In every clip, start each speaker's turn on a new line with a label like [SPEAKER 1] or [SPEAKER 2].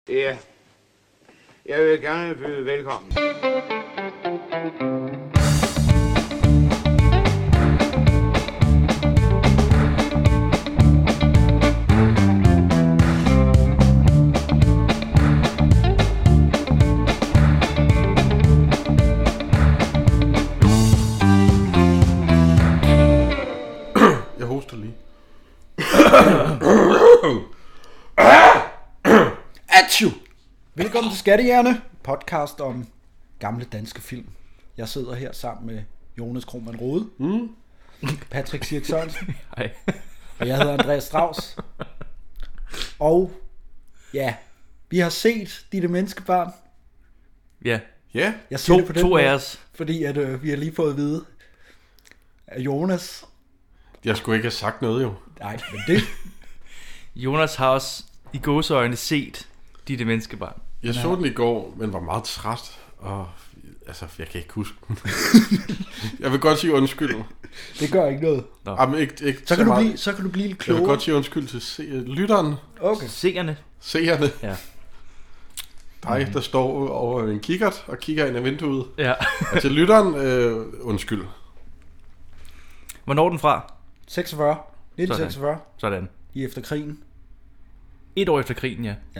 [SPEAKER 1] Ja, jeg vil gerne byde velkommen.
[SPEAKER 2] Jeg hoster lige.
[SPEAKER 3] Atju! Velkommen til Skattejægerne, podcast om gamle danske film. Jeg sidder her sammen med Jonas Krohmann Rode, Patrick Sirk Sørensen,
[SPEAKER 4] Hej.
[SPEAKER 3] og jeg hedder Andreas Strauss. Og ja, vi har set De Menneskebarn.
[SPEAKER 4] Ja,
[SPEAKER 2] Ja,
[SPEAKER 3] Jeg siger det på den
[SPEAKER 4] to
[SPEAKER 3] måde,
[SPEAKER 4] af os.
[SPEAKER 3] fordi at, vi har lige fået at vide af Jonas.
[SPEAKER 2] jeg skulle ikke have sagt noget jo.
[SPEAKER 3] Nej, men det...
[SPEAKER 4] Jonas har også i gåseøjne set Det Menneskebarn.
[SPEAKER 2] Jeg så den i går, men var meget træt. Og altså, jeg kan ikke huske den. Jeg vil godt sige undskyld.
[SPEAKER 3] Det gør ikke noget.
[SPEAKER 2] Jamen, ikke
[SPEAKER 3] Så kan,
[SPEAKER 2] meget.
[SPEAKER 3] så kan du blive lidt
[SPEAKER 2] Jeg vil
[SPEAKER 3] klogere.
[SPEAKER 2] godt sige undskyld til lytteren.
[SPEAKER 3] Okay.
[SPEAKER 4] Seerne.
[SPEAKER 2] Seerne.
[SPEAKER 4] Ja.
[SPEAKER 2] Dig, der står over en kikkert og kigger ind ad vinduet.
[SPEAKER 4] Ja.
[SPEAKER 2] Og til lytteren, undskyld.
[SPEAKER 4] Hvornår er den fra?
[SPEAKER 3] 46. 1946.
[SPEAKER 4] Sådan.
[SPEAKER 3] I efter krigen.
[SPEAKER 4] 1 år efter krigen, ja.
[SPEAKER 3] Ja.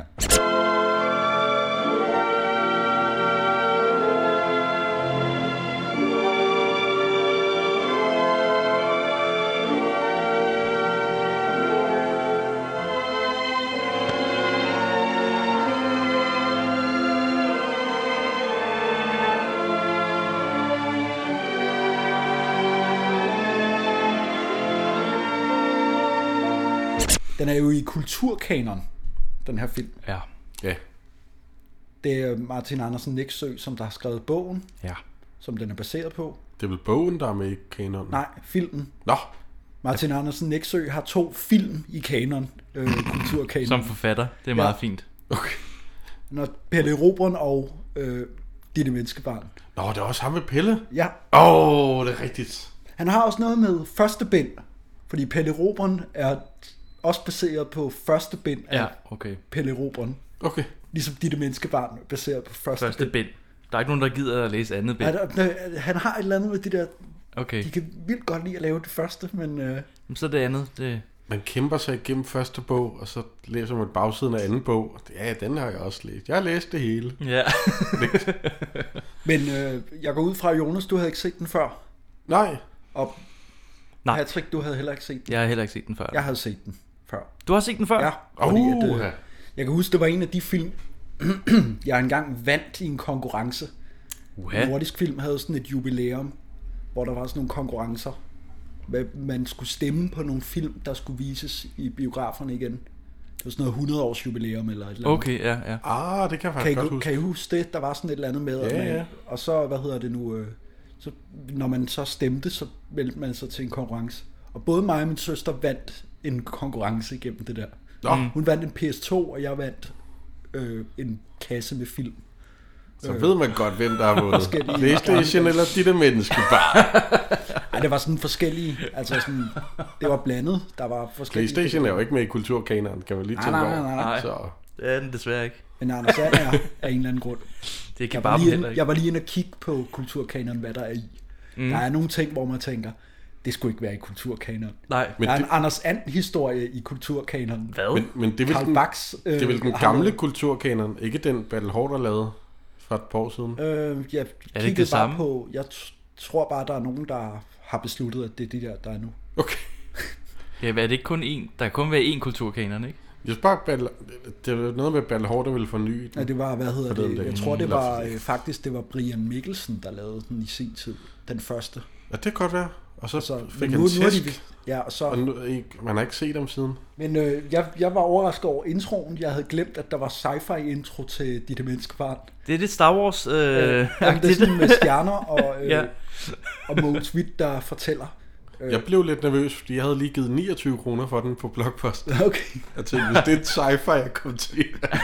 [SPEAKER 3] Den er jo i kulturkanon, den her film.
[SPEAKER 4] Ja.
[SPEAKER 2] Ja.
[SPEAKER 3] Det er Martin Andersen Nexø, som der har skrevet bogen,
[SPEAKER 4] Ja.
[SPEAKER 3] som den er baseret på.
[SPEAKER 2] Det er vel bogen, der er med i kanonen?
[SPEAKER 3] Nej, filmen.
[SPEAKER 2] Nå,
[SPEAKER 3] Martin Andersen Nexø har 2 film i kanon, kulturkanon.
[SPEAKER 4] Som forfatter. Det er meget fint.
[SPEAKER 2] okay.
[SPEAKER 3] Når Pelle Erobreren og Det Menneskebarn.
[SPEAKER 2] Nå, det er også ham med Pelle.
[SPEAKER 3] Ja,
[SPEAKER 2] Det er rigtigt.
[SPEAKER 3] han har også noget med første bind, fordi Pelle Erobreren er også baseret på første bind af
[SPEAKER 4] Ja, okay.
[SPEAKER 3] Pelle Erobreren.
[SPEAKER 2] Okay.
[SPEAKER 3] Ligesom Det Menneskebarn er baseret på første bind.
[SPEAKER 4] Første bind. Der er ikke nogen, der gider at læse andet bind.
[SPEAKER 3] Han har et eller andet med de der...
[SPEAKER 4] Okay.
[SPEAKER 3] De kan vildt godt lide at lave det første, men...
[SPEAKER 4] Så det andet, det...
[SPEAKER 2] Man kæmper sig igennem første bog, og så læser man bagsiden af anden bog. Ja, den har jeg også læst. Jeg har læst det hele.
[SPEAKER 4] Ja.
[SPEAKER 3] Men jeg går ud fra, Jonas, du havde ikke set den før.
[SPEAKER 2] Nej.
[SPEAKER 3] Og
[SPEAKER 4] Nej.
[SPEAKER 3] Patrick, du havde heller ikke set den.
[SPEAKER 4] Jeg har heller ikke set den før.
[SPEAKER 3] Jeg havde set den før.
[SPEAKER 4] Du har set den før?
[SPEAKER 3] Ja, fordi
[SPEAKER 2] Uha.
[SPEAKER 3] jeg kan huske, det var en af de film, jeg engang vandt i en konkurrence. Nordisk Film havde sådan et jubilæum, hvor der var sådan nogle konkurrencer. Man skulle stemme på nogle film, der skulle vises i biograferne igen. Det var sådan noget 100 års jubilæum eller et eller andet.
[SPEAKER 4] Okay, ja.
[SPEAKER 2] Det kan jeg faktisk godt huske.
[SPEAKER 3] Kan I huske det? Der var sådan et eller andet med, at man,
[SPEAKER 2] Ja.
[SPEAKER 3] og så, så når man så stemte, så meldte man sig til en konkurrence. Og både mig og min søster vandt en konkurrence igennem det der.
[SPEAKER 2] Nå.
[SPEAKER 3] Hun vandt en PS2, og jeg vandt en kasse med film.
[SPEAKER 2] Så ved man godt, hvem der har vundet.
[SPEAKER 3] Forskellige.
[SPEAKER 2] PlayStation eller De Menneskebarn.
[SPEAKER 3] Ej, det var sådan forskellige, altså sådan, det var blandet, der var forskellige.
[SPEAKER 2] PlayStation er jo ikke med i kulturkanonen, kan man lige tænke over.
[SPEAKER 3] Nej.
[SPEAKER 2] Så
[SPEAKER 4] Det er den desværre ikke.
[SPEAKER 3] Men Anders And er af en eller anden grund.
[SPEAKER 4] Det kan bare heller ikke.
[SPEAKER 3] Jeg var lige inde og kigge på kulturkanon, hvad der er i. Der er nogle ting, hvor man tænker, det skulle ikke være i kulturkanon.
[SPEAKER 4] Nej.
[SPEAKER 2] Men
[SPEAKER 3] Der er en
[SPEAKER 2] det-
[SPEAKER 3] Anders And-historie i kulturkanon.
[SPEAKER 4] Hvad?
[SPEAKER 2] Men det er vel
[SPEAKER 3] Karl
[SPEAKER 2] den,
[SPEAKER 3] Bachs,
[SPEAKER 2] det er vel den
[SPEAKER 3] har
[SPEAKER 2] gamle
[SPEAKER 3] noget-
[SPEAKER 2] kulturkanon, ikke den Battle Hård, der lavede for et par år siden.
[SPEAKER 3] Jeg
[SPEAKER 4] ikke
[SPEAKER 3] kiggede
[SPEAKER 4] det
[SPEAKER 3] bare
[SPEAKER 4] samme?
[SPEAKER 3] på, jeg tror bare, der er nogen, der har besluttet, at det er de der er nu.
[SPEAKER 2] Okay.
[SPEAKER 4] Ja, er det ikke kun én? Der kan kun være én kulturkanon, ikke?
[SPEAKER 2] Jeg spørger det er noget med Battle Hård, der ville forny den.
[SPEAKER 3] Ja, det var, hvad hedder
[SPEAKER 2] Forleden
[SPEAKER 3] det?
[SPEAKER 2] dag.
[SPEAKER 3] Jeg tror, det var faktisk, det var Brian Mikkelsen, der lavede den i sin tid. Den første.
[SPEAKER 2] Ja, det kan godt være. Og så
[SPEAKER 3] Så,
[SPEAKER 2] fik
[SPEAKER 3] men
[SPEAKER 2] han
[SPEAKER 3] nu er
[SPEAKER 2] tæsk,
[SPEAKER 3] de, ja, og så,
[SPEAKER 2] og nu, man har ikke set ham siden.
[SPEAKER 3] men jeg var overrasket over introen. Jeg havde glemt, at der var sci-fi intro til De Menneskebarn.
[SPEAKER 4] Det er lidt Star Wars.
[SPEAKER 3] Jamen, det er sådan med stjerner og,
[SPEAKER 4] Ja.
[SPEAKER 3] og Mogens Witt, der fortæller.
[SPEAKER 2] Jeg blev lidt nervøs, fordi jeg havde lige givet 29 kroner for den på Blockbuster.
[SPEAKER 3] Okay.
[SPEAKER 2] Jeg tænkte, hvis det er et sci-fi, jeg kom til,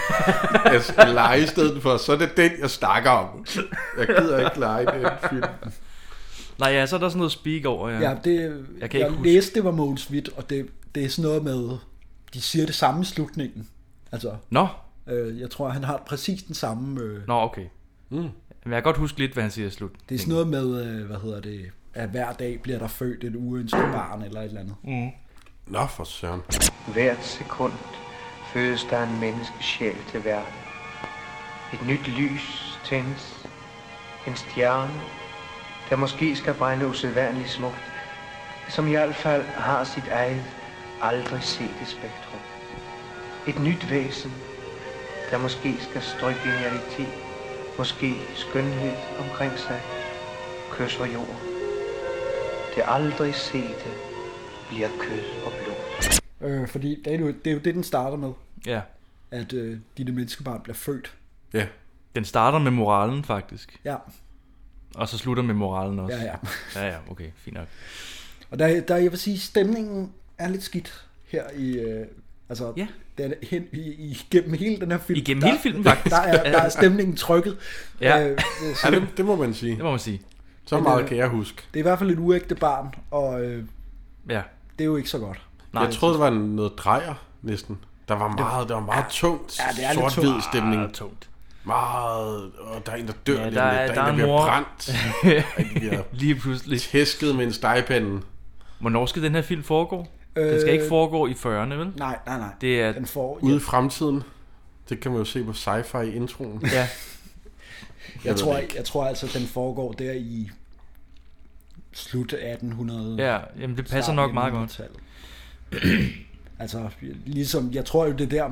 [SPEAKER 2] jeg skal lege i stedet for, så er det den, jeg snakker om. Jeg gider ikke lege den film.
[SPEAKER 4] Nej, ja, så er der sådan noget speak over, ja.
[SPEAKER 3] Ja, det, jeg læste, det var Mogens Witt, og det er sådan noget med, de siger det samme i slutningen. Altså,
[SPEAKER 4] Nå,
[SPEAKER 3] Jeg tror, han har præcis den samme...
[SPEAKER 4] Nå, okay. Men jeg kan godt huske lidt, hvad han siger i slut.
[SPEAKER 3] Det er sådan noget med, at hver dag bliver der født et uønsket barn eller et eller andet.
[SPEAKER 2] Nå, for søren.
[SPEAKER 5] Hvert sekund fødes der en menneskesjæl til verden. Et nyt lys tændes. En stjerne, der måske skal brænde usædvanligt smukt, som i hvert fald har sit eget aldrig sete spektrum. Et nyt væsen, der måske skal strøge genialitet, måske skønhed omkring sig, kysser jord. Det aldrig sete bliver kød og blod.
[SPEAKER 3] Fordi det er jo det, den starter med.
[SPEAKER 4] Ja.
[SPEAKER 3] At dine menneskebarn bliver født.
[SPEAKER 2] Ja.
[SPEAKER 4] Den starter med moralen, faktisk.
[SPEAKER 3] Ja.
[SPEAKER 4] Og så slutter med moralen også.
[SPEAKER 3] Ja.
[SPEAKER 4] Ja, okay, fint nok.
[SPEAKER 3] Og der jeg vil sige, stemningen er lidt skidt her i...
[SPEAKER 4] Ja.
[SPEAKER 3] Den igennem hele den her film.
[SPEAKER 4] Igennem hele filmen, faktisk.
[SPEAKER 3] Der er stemningen trykket.
[SPEAKER 4] Ja.
[SPEAKER 2] Det må man sige.
[SPEAKER 4] Det må man sige.
[SPEAKER 2] Så meget kan jeg huske.
[SPEAKER 3] Det er i hvert fald et uægte barn, og
[SPEAKER 4] ja.
[SPEAKER 3] Det er jo ikke så godt.
[SPEAKER 2] Nej, jeg troede, det var noget drejer, næsten. Der var meget tungt.
[SPEAKER 3] Ja, det er
[SPEAKER 2] sort-hvid stemning.
[SPEAKER 4] Meget tungt.
[SPEAKER 2] Meget, og der er en, der dør.
[SPEAKER 4] Ja,
[SPEAKER 2] der er en, der bliver brændt.
[SPEAKER 4] Lige pludselig.
[SPEAKER 2] Tæsket med en stegepande.
[SPEAKER 4] Hvornår skal den her film foregå? Den skal ikke foregå i 40'erne, vel?
[SPEAKER 3] Nej.
[SPEAKER 4] Det er
[SPEAKER 3] den får,
[SPEAKER 2] ude i fremtiden. Det kan man jo se på sci-fi i introen.
[SPEAKER 4] Ja.
[SPEAKER 3] jeg tror altså, den foregår der i slut 1800.
[SPEAKER 4] Ja, jamen det passer nok meget godt.
[SPEAKER 3] Altså, ligesom, jeg tror jo det der,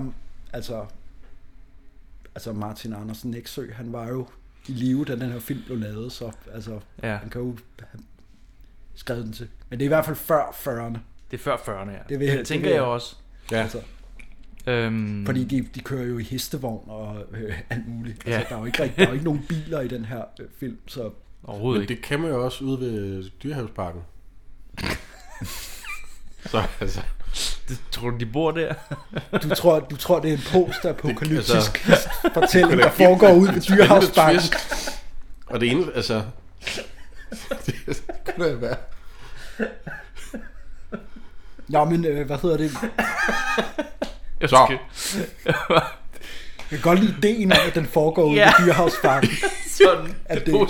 [SPEAKER 3] altså Martin Andersen Nexø, han var jo i live, da den her film blev lavet, så altså, han kan jo have skrevet den til. Men det er i hvert fald før 40'erne.
[SPEAKER 4] Det er før 40'erne, ja.
[SPEAKER 3] Det
[SPEAKER 4] tænker jeg også.
[SPEAKER 2] Ja.
[SPEAKER 3] Altså, fordi de kører jo i hestevogn og alt muligt. Altså, der er jo ikke nogen biler i den her film, så...
[SPEAKER 4] Overhovedet
[SPEAKER 2] ikke. Men det kan man jo også ude ved Dyrehavsparken. Så altså...
[SPEAKER 4] Tror du, de bor der?
[SPEAKER 3] du tror det er en post-apokalyptisk fortælling, der foregår ude ved Dyrehavsparken.
[SPEAKER 2] Og det ene, altså... det kunne det være.
[SPEAKER 3] Nå, men hvad hedder det?
[SPEAKER 2] Så.
[SPEAKER 3] Jeg kan godt lide ideen om, at den foregår ude ved Dyrehavsparken.
[SPEAKER 4] Sådan,
[SPEAKER 3] at det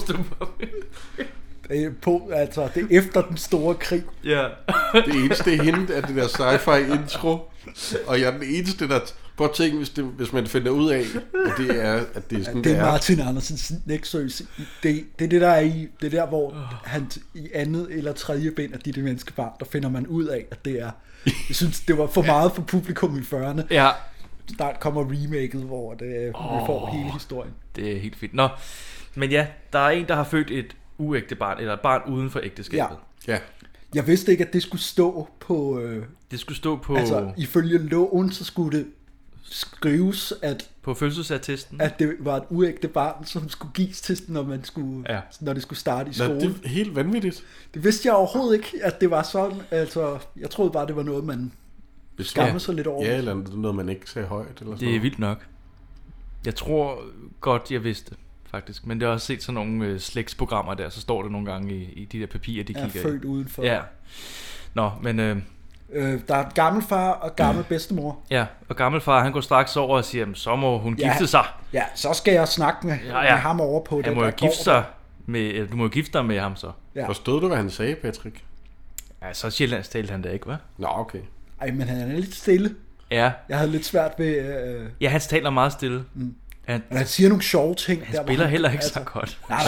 [SPEAKER 3] altså, det er efter den store krig.
[SPEAKER 4] Ja.
[SPEAKER 2] Det eneste hint er det der sci-fi intro. Og jeg er den eneste, der... Prøv at tænke, hvis man finder ud af, at det er, sådan,
[SPEAKER 3] det er Martin Andersens Nexøs. Det er det, der er i... Det er der, hvor han i andet eller tredje bind af de menneskebarn, der finder man ud af, at det er... Jeg synes, det var for meget for publikum i 40'erne.
[SPEAKER 4] Ja.
[SPEAKER 3] Snart kommer remaket, hvor vi får hele historien.
[SPEAKER 4] Det er helt fint. Nå, men ja, der er en, der har født et uægte barn, eller et barn uden for ægteskabet.
[SPEAKER 2] Ja.
[SPEAKER 3] Jeg vidste ikke, at det skulle stå på...
[SPEAKER 4] det skulle stå på...
[SPEAKER 3] Altså, ifølge loven, så skulle det skrives, at...
[SPEAKER 4] På fødselsattesten?
[SPEAKER 3] At det var et uægte barn, som skulle gives til, når man skulle... Når det skulle starte i skole.
[SPEAKER 2] Det er helt vanvittigt.
[SPEAKER 3] Det vidste jeg overhovedet ikke, at det var sådan. Altså, jeg troede bare, det var noget, man skammede sig lidt over.
[SPEAKER 2] Ja, eller noget, man ikke sagde højt. Eller sådan.
[SPEAKER 4] Det er vildt nok. Jeg tror godt, jeg vidste faktisk. Men det har også set sådan nogle slægtsprogrammer der, så står det nogle gange i de der papirer, de kigger i.
[SPEAKER 3] Er født udenfor.
[SPEAKER 4] Ja. Nå, men...
[SPEAKER 3] der er gammelfar og gammel bedstemor.
[SPEAKER 4] Ja, og gammelfar, han går straks over og siger, så må hun gifte sig.
[SPEAKER 3] Ja, så skal jeg snakke med ham over på det.
[SPEAKER 4] Han må jo gifte sig med, du må jo gifte dig med ham så.
[SPEAKER 2] Ja. Forstod du, hvad han sagde, Patrick?
[SPEAKER 4] Ja, så sjællands talte han da ikke, hva'?
[SPEAKER 2] Nå, okay.
[SPEAKER 3] Ej, men han er lidt stille.
[SPEAKER 4] Ja.
[SPEAKER 3] Jeg havde lidt svært ved...
[SPEAKER 4] Ja, han taler meget stille.
[SPEAKER 3] Han siger nogle sjove ting.
[SPEAKER 4] Han spiller heller ikke så godt.
[SPEAKER 3] Nej.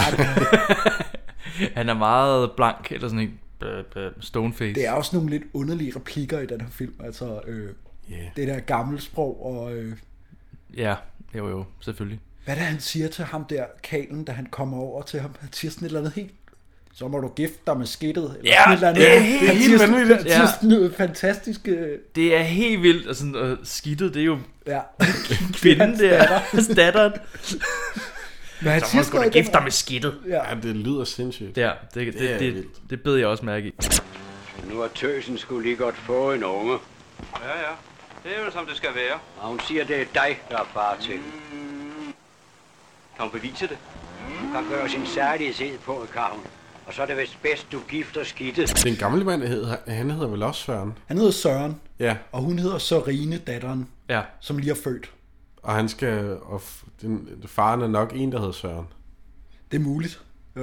[SPEAKER 4] Han er meget blank, eller sådan en stoneface.
[SPEAKER 3] Det er også nogle lidt underlige replikker i den her film. Altså, det der gamle sprog og...
[SPEAKER 4] Ja, jo, selvfølgelig.
[SPEAKER 3] Hvad er det, han siger til ham der, Kalen, da han kommer over til ham? Han siger sådan et eller andet helt... Så må du gifte dig med skidtet.
[SPEAKER 4] Ja, det er helt vanvittigt.
[SPEAKER 3] Han siger sådan noget fantastisk...
[SPEAKER 4] Det er helt vildt. Og sådan, skidtet, det er jo
[SPEAKER 3] kvinden
[SPEAKER 4] der. Datteren.
[SPEAKER 3] Men
[SPEAKER 4] så må du gifte dig med skidtet.
[SPEAKER 2] Ja, det lyder sindssygt.
[SPEAKER 4] Ja, det bed jeg også mærke i.
[SPEAKER 6] Nu har tøsen skulle lige godt få en unge.
[SPEAKER 7] Ja. Det er jo som det skal være.
[SPEAKER 6] Og hun siger, det er dig, der er far til.
[SPEAKER 7] Kan hun bevise det?
[SPEAKER 6] Hun kan gøre sin særlighed på, kan hun. Og så er det vist bedst, du gifter skidtet.
[SPEAKER 2] Den gamle mand, han hedder vel også Søren?
[SPEAKER 3] Han hedder Søren.
[SPEAKER 2] Ja.
[SPEAKER 3] Og hun hedder Sørine, datteren.
[SPEAKER 4] Ja.
[SPEAKER 3] Som lige er født.
[SPEAKER 2] Og han skal... faren er nok en, der hedder Søren.
[SPEAKER 3] Det er muligt.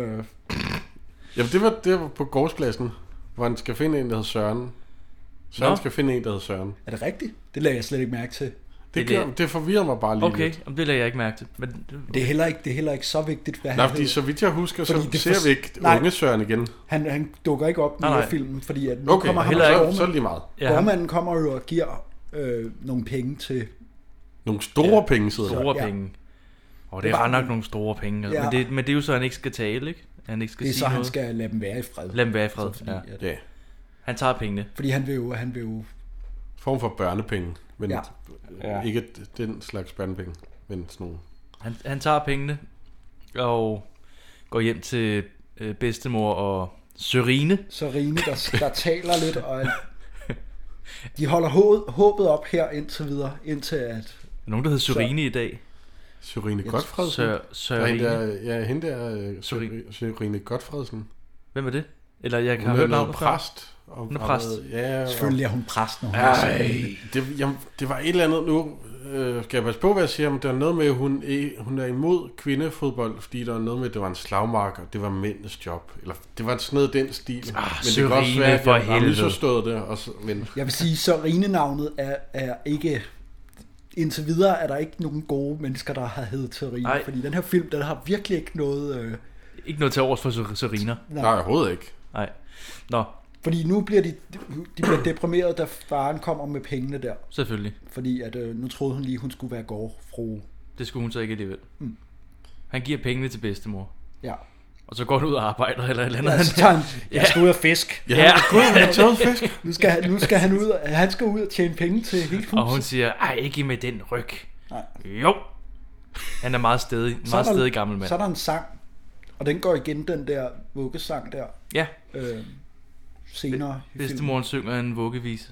[SPEAKER 2] Jamen, det var på gårdspladsen, hvor han skal finde en, der hedder Søren. Søren skal finde en, der hedder Søren.
[SPEAKER 3] Er det rigtigt? Det lagde jeg slet ikke mærke til.
[SPEAKER 2] Det forvirrer mig bare lige lidt.
[SPEAKER 4] Okay, det lagde jeg ikke mærke til. Men...
[SPEAKER 3] Det er heller ikke så vigtigt, hvad
[SPEAKER 2] han fordi så vidt jeg husker, så ser vi ikke unge Søren igen.
[SPEAKER 3] Han dukker ikke op i filmen, fordi at nu kommer han
[SPEAKER 2] så lige meget.
[SPEAKER 3] Gårdmanden kommer jo og giver nogle penge til...
[SPEAKER 2] Nogle store penge, sidder
[SPEAKER 4] store penge. Og det er ret nok nogle store penge. Altså. Ja. Men det er jo så, han ikke skal tale, ikke? Han ikke skal
[SPEAKER 3] det er
[SPEAKER 4] sige
[SPEAKER 3] så,
[SPEAKER 4] noget.
[SPEAKER 3] han skal lade dem være i fred.
[SPEAKER 4] Lade dem være i fred, ja. Han tager pengene.
[SPEAKER 3] Fordi han vil jo...
[SPEAKER 2] Form for børnepenge, men ikke den slags børnepenge, men sådan nogle.
[SPEAKER 4] Han tager pengene og går hjem til bedstemor og Sørine.
[SPEAKER 3] Sørine, der taler lidt, og de holder håbet op her indtil videre, indtil at...
[SPEAKER 4] Nogen, der hedder Sørine i dag.
[SPEAKER 2] Sørine Godfredsen?
[SPEAKER 4] Sørine.
[SPEAKER 2] Hende der Sørine Godfredsen.
[SPEAKER 4] Hvem er det? Eller jeg kan høre navnet
[SPEAKER 2] præst.
[SPEAKER 4] Hun er præst.
[SPEAKER 3] Ja, selvfølgelig er hun præst, når hun
[SPEAKER 2] det var et eller andet nu. Skal jeg passe på, hvad jeg siger? Men det var noget med, at hun er imod kvindefodbold, fordi der var noget med, at det var en slagmark, og det var mændenes job. Eller det var sådan noget den stil. Men det kan også være, at jeg har misforstået det. Men... Jeg
[SPEAKER 3] vil sige, så Rine-navnet er ikke... Indtil videre er der ikke nogen gode mennesker, der har heddet Sørine. Fordi den her film, den har virkelig ikke noget...
[SPEAKER 4] Ikke noget til overs for Søriner.
[SPEAKER 2] Nej, overhovedet ikke.
[SPEAKER 4] Nej. Nå.
[SPEAKER 3] Fordi nu bliver de bliver deprimeret, da faren kommer med pengene der.
[SPEAKER 4] Selvfølgelig.
[SPEAKER 3] Fordi at nu troede hun lige, hun skulle være gårdfrue.
[SPEAKER 4] Det skulle hun så ikke alligevel. Han giver pengene til bedstemor.
[SPEAKER 3] Ja.
[SPEAKER 4] Og så går han ud og arbejder eller et eller andet.
[SPEAKER 3] Ja, så tager han, jeg skal ud og fisk.
[SPEAKER 2] Ja, han tager ud og fisk.
[SPEAKER 3] Nu skal han ud, han skal ud og tjene penge til hele huset.
[SPEAKER 4] Og hun siger, ej, ikke med den ryg. Nej. Jo. Han er meget stedig gammel mand.
[SPEAKER 3] Så er der en sang, og den går igen, den der vuggesang der.
[SPEAKER 4] Ja.
[SPEAKER 3] Senere i
[SPEAKER 4] bedstemoren synger en vuggevise.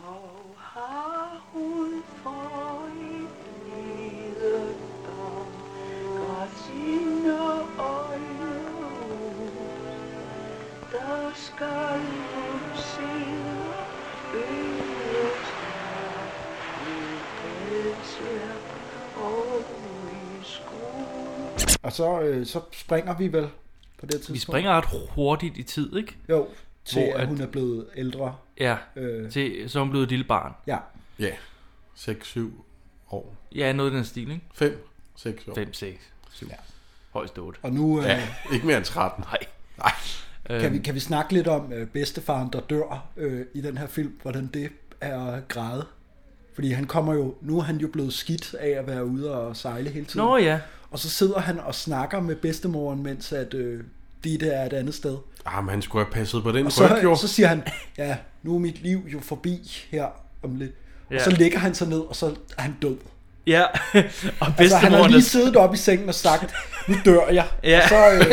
[SPEAKER 3] Og så springer vi vel på det tidspunkt.
[SPEAKER 4] Vi springer ret hurtigt i tid, ikke?
[SPEAKER 3] Jo, til at hun er blevet ældre.
[SPEAKER 4] Ja, så er hun blevet et lille barn.
[SPEAKER 3] Ja.
[SPEAKER 2] Ja, 6-7 år.
[SPEAKER 4] Ja, noget i den stil, ikke?
[SPEAKER 2] 5-6 år.
[SPEAKER 4] 5-6, 7. Ja. Højst 8.
[SPEAKER 3] Og nu...
[SPEAKER 2] ikke mere end 13.
[SPEAKER 4] Nej.
[SPEAKER 3] Kan vi snakke lidt om bedstefaren, der dør i den her film, hvordan det er grædet? Fordi han kommer jo... Nu er han jo blevet skidt af at være ude og sejle hele tiden.
[SPEAKER 4] Nå ja.
[SPEAKER 3] Og så sidder han og snakker med bedstemoren, mens at Ditte er et andet sted.
[SPEAKER 2] Men han skulle have passet på den
[SPEAKER 3] ryg, jo. Så siger han, ja, nu er mit liv jo forbi her om lidt. Ja. Og så ligger han sig ned, og så er han død.
[SPEAKER 4] Ja, og
[SPEAKER 3] altså, han har lige siddet op i sengen og sagt, nu dør jeg.
[SPEAKER 4] Ja.
[SPEAKER 3] Og så...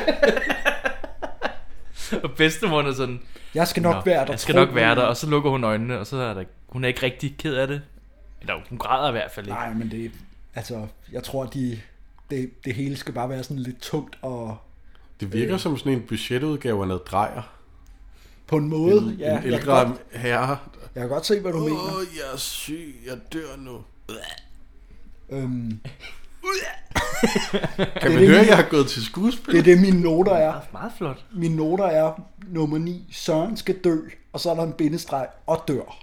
[SPEAKER 4] og bedstemoren er sådan,
[SPEAKER 3] jeg skal nok være der.
[SPEAKER 4] Jeg skal nok være der, og så lukker hun øjnene, og så er der, hun er ikke rigtig ked af det. Eller hun græder i hvert fald ikke.
[SPEAKER 3] Nej, men det, altså, jeg tror, at det hele skal bare være sådan lidt tungt og...
[SPEAKER 2] Det virker som sådan en budgetudgave af noget Drejer.
[SPEAKER 3] På en måde,
[SPEAKER 2] en ældre herre.
[SPEAKER 3] Jeg kan godt se, hvad du mener.
[SPEAKER 2] Jeg er syg, jeg dør nu. Kan man høre, at jeg har gået til skuespil?
[SPEAKER 3] Det er det, mine noter er.
[SPEAKER 4] Meget flot.
[SPEAKER 3] Mine noter er nummer 9. Søren skal dø, og så er der en bindestreg, og dør.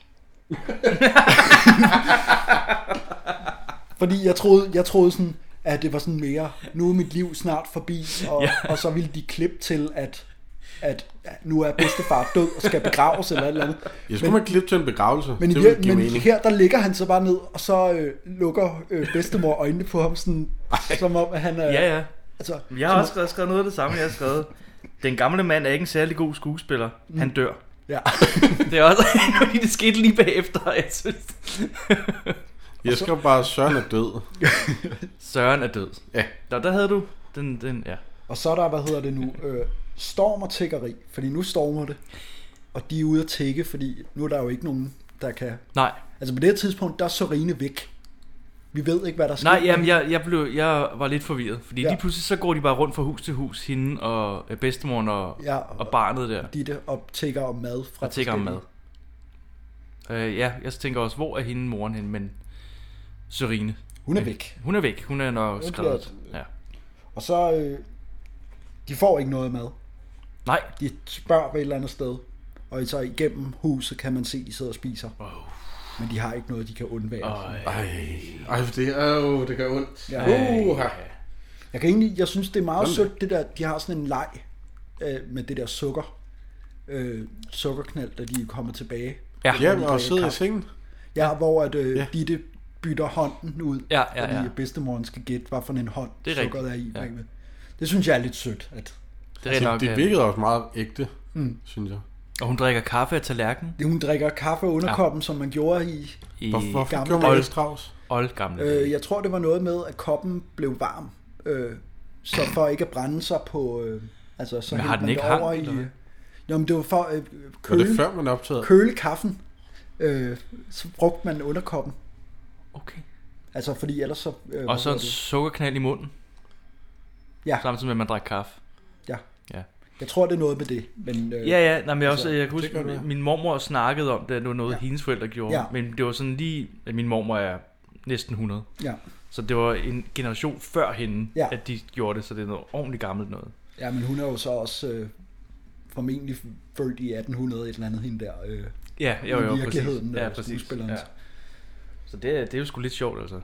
[SPEAKER 3] Fordi jeg troede sådan, at det var sådan mere, nu er mit liv snart forbi, og så ville de klippe til, at nu er bedstefar død og skal begraves eller et eller andet.
[SPEAKER 2] Jeg skulle man klippe til en begravelse.
[SPEAKER 3] Men her, der ligger han så bare ned, og så lukker bedstemor øjnene på ham, sådan, som om at han er...
[SPEAKER 4] Ja.
[SPEAKER 3] Altså,
[SPEAKER 4] jeg har også skrevet noget af det samme, jeg har skrevet. Den gamle mand er ikke en særlig god skuespiller. Han dør.
[SPEAKER 3] Ja.
[SPEAKER 4] Det er også fordi det skete lige bagefter, jeg synes.
[SPEAKER 2] Jeg skrev bare, Søren er død.
[SPEAKER 4] Søren er død.
[SPEAKER 2] Ja.
[SPEAKER 4] Der havde du den, ja.
[SPEAKER 3] Og så er der, storm og tiggeri, fordi nu stormer det. Og de er ude at tigge, fordi nu er der jo ikke nogen, der kan...
[SPEAKER 4] Nej.
[SPEAKER 3] Altså på det her tidspunkt, der er Sørine væk. Vi ved ikke, hvad der sker.
[SPEAKER 4] Nej, jamen jeg var lidt forvirret, fordi lige pludselig så går de bare rundt fra hus til hus, hende og bedstemoren og barnet der.
[SPEAKER 3] De og tigger om mad fra
[SPEAKER 4] forskellige. Jeg tænker også, hvor er hende moren henne, men Sørine.
[SPEAKER 3] Hun er væk.
[SPEAKER 4] Hun er væk. Hun er nok skrevet. Ja.
[SPEAKER 3] Og så... de får ikke noget mad.
[SPEAKER 4] Nej.
[SPEAKER 3] De spørger ved et eller andet sted. Og så igennem huset kan man se, at de sidder og spiser. Men de har ikke noget, de kan undvære.
[SPEAKER 2] Det gør ondt.
[SPEAKER 3] Ja. Jeg synes, det er meget sødt, det der, de har sådan en leg med det der sukkerknald, da de kommer tilbage.
[SPEAKER 2] Ja, og sidder i sengen.
[SPEAKER 3] Ja, hvor Ditte bytter hånden ud, fordi bedstemoren skal gætte, hvad for en hånd sukkeret er i. Ja. Det synes jeg er lidt sødt.
[SPEAKER 2] Det virkede også meget ægte, synes jeg.
[SPEAKER 4] Og hun drikker kaffe af tallerkenen.
[SPEAKER 3] Hun drikker kaffe under koppen, som man gjorde i
[SPEAKER 2] Hvorfor gjorde man det, Strauss?
[SPEAKER 3] Jeg tror, det var noget med, at koppen blev varm. Så for ikke at brænde sig på... så
[SPEAKER 4] men har den ikke hang?
[SPEAKER 3] Men det var for
[SPEAKER 2] var det før man optagede?
[SPEAKER 3] Køle kaffen. Så brugte man underkoppen.
[SPEAKER 4] Okay.
[SPEAKER 3] Altså fordi ellers så...
[SPEAKER 4] og så en sukkerknald i munden.
[SPEAKER 3] Ja.
[SPEAKER 4] Samtidig med at man drikker kaffe.
[SPEAKER 3] Ja. Jeg tror det er noget med det. Men,
[SPEAKER 4] jeg kan huske, min mormor snakkede om det, var noget hendes forældre gjorde. Ja. Men det var sådan lige, at min mormor er næsten 100. Ja. Så det var en generation før hende, at de gjorde det, så det er noget ordentligt gammelt noget. Ja,
[SPEAKER 3] men hun er jo så også formentlig født i 1800 et eller andet hende der.
[SPEAKER 4] Jo,
[SPEAKER 3] virkeligheden,
[SPEAKER 4] præcis. Ja, præcis. Ja. Så det er jo sgu lidt sjovt, altså.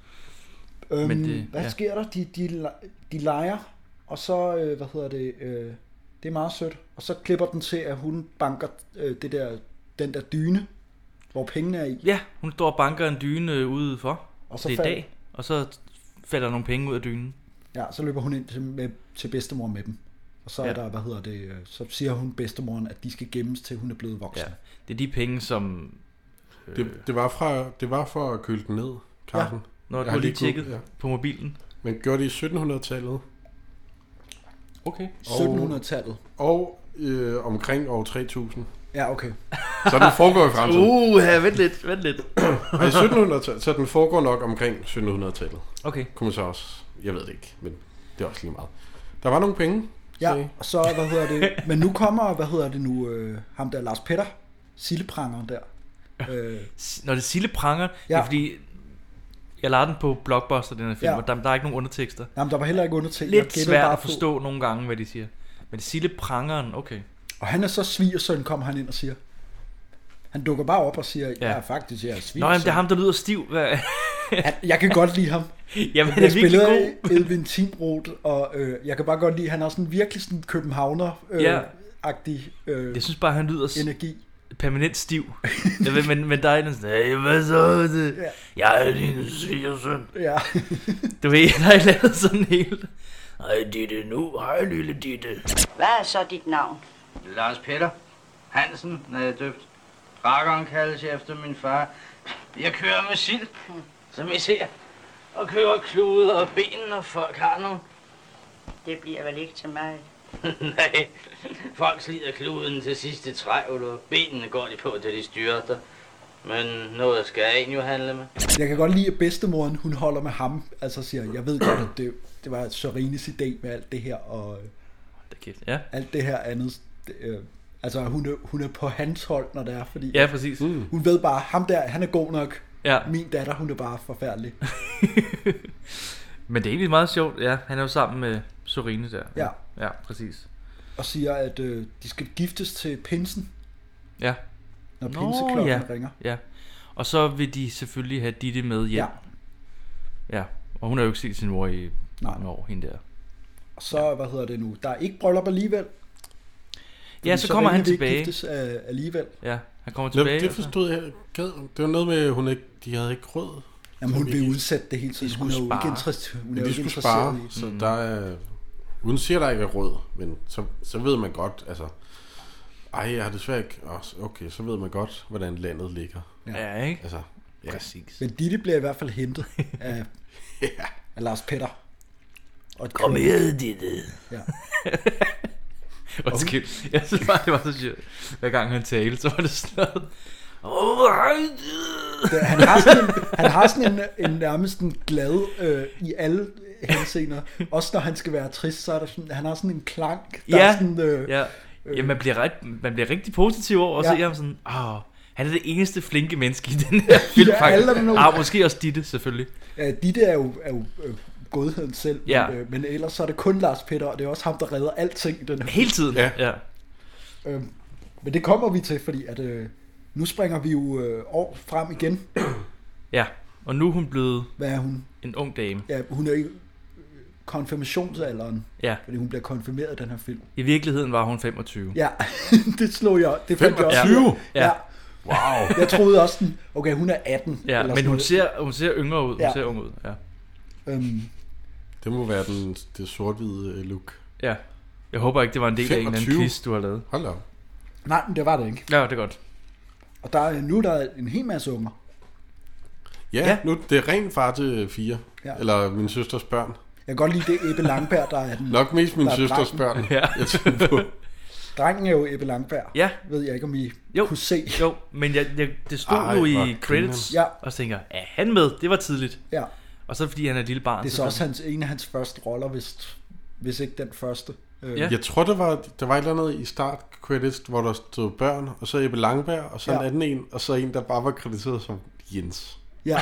[SPEAKER 3] Men hvad sker der? De leger, og så, det er meget sødt. Og så klipper den til, at hun banker den der dyne, hvor pengene er i.
[SPEAKER 4] Ja, hun står og banker en dyne ude for. Og så det er dag, og så falder nogle penge ud af dynen.
[SPEAKER 3] Ja, så løber hun ind til bedstemor med dem. Og så er der, så siger hun bedstemoren, at de skal gemmes til hun er blevet voksen. Ja,
[SPEAKER 4] det er de penge, som...
[SPEAKER 2] Det var for at køle den ned, Carsten.
[SPEAKER 4] Ja, når du lige tjekket på mobilen.
[SPEAKER 2] Men gjorde det i 1700-tallet.
[SPEAKER 4] Okay.
[SPEAKER 3] 1700-tallet.
[SPEAKER 2] Og omkring år 3000.
[SPEAKER 3] Ja, okay.
[SPEAKER 2] Så den foregår i fremtiden.
[SPEAKER 4] Vent lidt.
[SPEAKER 2] Og i 1700-tallet, så den foregår nok omkring 1700-tallet.
[SPEAKER 4] Okay.
[SPEAKER 2] Kunne man så også, jeg ved det ikke, men det er også lige meget. Der var nogle penge.
[SPEAKER 3] Ja, og så, men nu kommer, ham der, Lars Petter, Silleprangeren der.
[SPEAKER 4] Når det er Silleprangeren, det er fordi... Jeg lavede den på Blockbuster, den her film, og der er ikke nogen undertekster.
[SPEAKER 3] Jamen, der var heller ikke undertekster.
[SPEAKER 4] Lidt svært at forstå nogle gange, hvad de siger. Men Silleprangeren, okay.
[SPEAKER 3] Og han er så svigersøn, kommer han ind og siger. Han dukker bare op og siger, faktisk, jeg er svigersøn.
[SPEAKER 4] Nå, jamen, det er ham, der lyder stiv.
[SPEAKER 3] Jeg kan godt lide ham.
[SPEAKER 4] Jamen, han er virkelig god.
[SPEAKER 3] Edwin Timroth, og jeg kan bare godt lide, han har sådan virkelig sådan københavner-agtig
[SPEAKER 4] jeg synes bare, han lyder
[SPEAKER 3] energi.
[SPEAKER 4] Permanent stiv. men der er en sådan, hvad så det? Jeg er din svigersøn.
[SPEAKER 3] Ja.
[SPEAKER 4] Du ved, der er lavet sådan helt. Hej Ditte nu, hej lille Ditte.
[SPEAKER 8] Hvad er så dit navn?
[SPEAKER 9] Lars Petter Hansen, når jeg er døbt. Rakkeren kaldes jeg efter min far. Jeg kører med sild, som I ser. Og kører kluder og ben, og folk har nogle.
[SPEAKER 8] Det bliver vel ikke til mig.
[SPEAKER 9] Nej, folk slider kluden til sidste trævl, og benene går de på, da de styrter. Men noget skal en jo handle med.
[SPEAKER 3] Jeg kan godt lide, at bedstemoren, hun holder med ham. Altså siger, jeg ved godt, at det var Sørines idé med alt det her, og alt det her andet. Altså, hun er på hans hold, når det er, fordi...
[SPEAKER 4] Ja, præcis.
[SPEAKER 3] Hun ved bare, ham der, han er god nok.
[SPEAKER 4] Ja.
[SPEAKER 3] Min datter, hun er bare forfærdelig.
[SPEAKER 4] Men det er egentlig meget sjovt. Ja, han er jo sammen med Sørine der.
[SPEAKER 3] Ja.
[SPEAKER 4] Ja, præcis.
[SPEAKER 3] Og siger, at de skal giftes til pinsen.
[SPEAKER 4] Ja.
[SPEAKER 3] Når pinseklokken ringer.
[SPEAKER 4] Ja. Og så vil de selvfølgelig have Ditte med hjem. Ja. Og hun har jo ikke set sin mor i mange år, hende der.
[SPEAKER 3] Og så, der er ikke bryllup alligevel.
[SPEAKER 4] Ja, så kommer han tilbage.
[SPEAKER 3] Giftes alligevel.
[SPEAKER 4] Ja, han kommer tilbage.
[SPEAKER 2] Det forstod jeg. Det var noget med, de havde ikke råd.
[SPEAKER 3] Jamen, hun vil udsætte det hele tiden. Hun er jo ikke interesseret.
[SPEAKER 2] Så der er... Hun siger, der ikke er råd, men så ved man godt, altså... jeg har desværre ikke... Okay, så ved man godt, hvordan landet ligger.
[SPEAKER 4] Ja, ikke?
[SPEAKER 2] Altså, ja.
[SPEAKER 4] Præcis.
[SPEAKER 3] Men Ditte bliver i hvert fald hentet af Lars Petter.
[SPEAKER 4] Kom her, Ditte. Ja. Jeg synes bare, det var så sjovt. Hver gang han talte, så var det sådan noget.
[SPEAKER 3] Han har sådan en nærmest en glad i alle henseender. Også når han skal være trist, så er der sådan, han har sådan en klang. Der er sådan,
[SPEAKER 4] ja, man bliver rigtig positiv over at se ham sådan, Han er det eneste flinke menneske i den her film, faktisk. Måske også Ditte, selvfølgelig.
[SPEAKER 3] Ja, Ditte er jo godheden selv, men ellers så er det kun Lars Peter, og det er også ham, der redder alting i den her
[SPEAKER 4] hele tiden. Ja.
[SPEAKER 3] Men det kommer vi til, fordi at nu springer vi jo år frem igen.
[SPEAKER 4] Ja, og nu er hun blevet...
[SPEAKER 3] Hvad er hun?
[SPEAKER 4] En ung dame.
[SPEAKER 3] Ja, hun er i konfirmationsalderen, fordi hun bliver konfirmeret i den her film.
[SPEAKER 4] I virkeligheden var hun 25.
[SPEAKER 3] Ja, det slog jeg. Det
[SPEAKER 2] 25?
[SPEAKER 3] Ja. Wow. Jeg troede også sådan, okay, hun er 18.
[SPEAKER 4] Ja, men hun ser yngre ud. Hun ser ung ud, ja.
[SPEAKER 2] Det må være det sort-hvide look.
[SPEAKER 4] Ja. Jeg håber ikke, det var en del 25. af en eller anden quiz, du har lavet.
[SPEAKER 2] Hold da.
[SPEAKER 3] Nej, men det var det ikke.
[SPEAKER 4] Ja, det er godt.
[SPEAKER 3] Og nu er der en hel masse unger.
[SPEAKER 2] Ja, nu det er ren far til 4. Ja. Eller min søsters børn.
[SPEAKER 3] Jeg kan godt lide det Ebbe Langberg, der er den.
[SPEAKER 2] Nok mest min søsters børn.
[SPEAKER 4] Ja.
[SPEAKER 2] Jeg tænker på.
[SPEAKER 3] Drengen er jo Ebbe Langberg.
[SPEAKER 4] Ja.
[SPEAKER 3] Ved jeg ikke, om I kunne se.
[SPEAKER 4] Jo, men det stod jo i credits, og så tænker er han med? Det var tidligt.
[SPEAKER 3] Ja.
[SPEAKER 4] Og så fordi han er et lille barn.
[SPEAKER 3] Det er så også en af hans første roller, hvis ikke den første.
[SPEAKER 2] Jeg tror, der var et eller andet i start credits, hvor der stod børn, og så Ebbe Langberg, og så en anden en, og så en, der bare var krediteret som Jens.
[SPEAKER 3] Ja.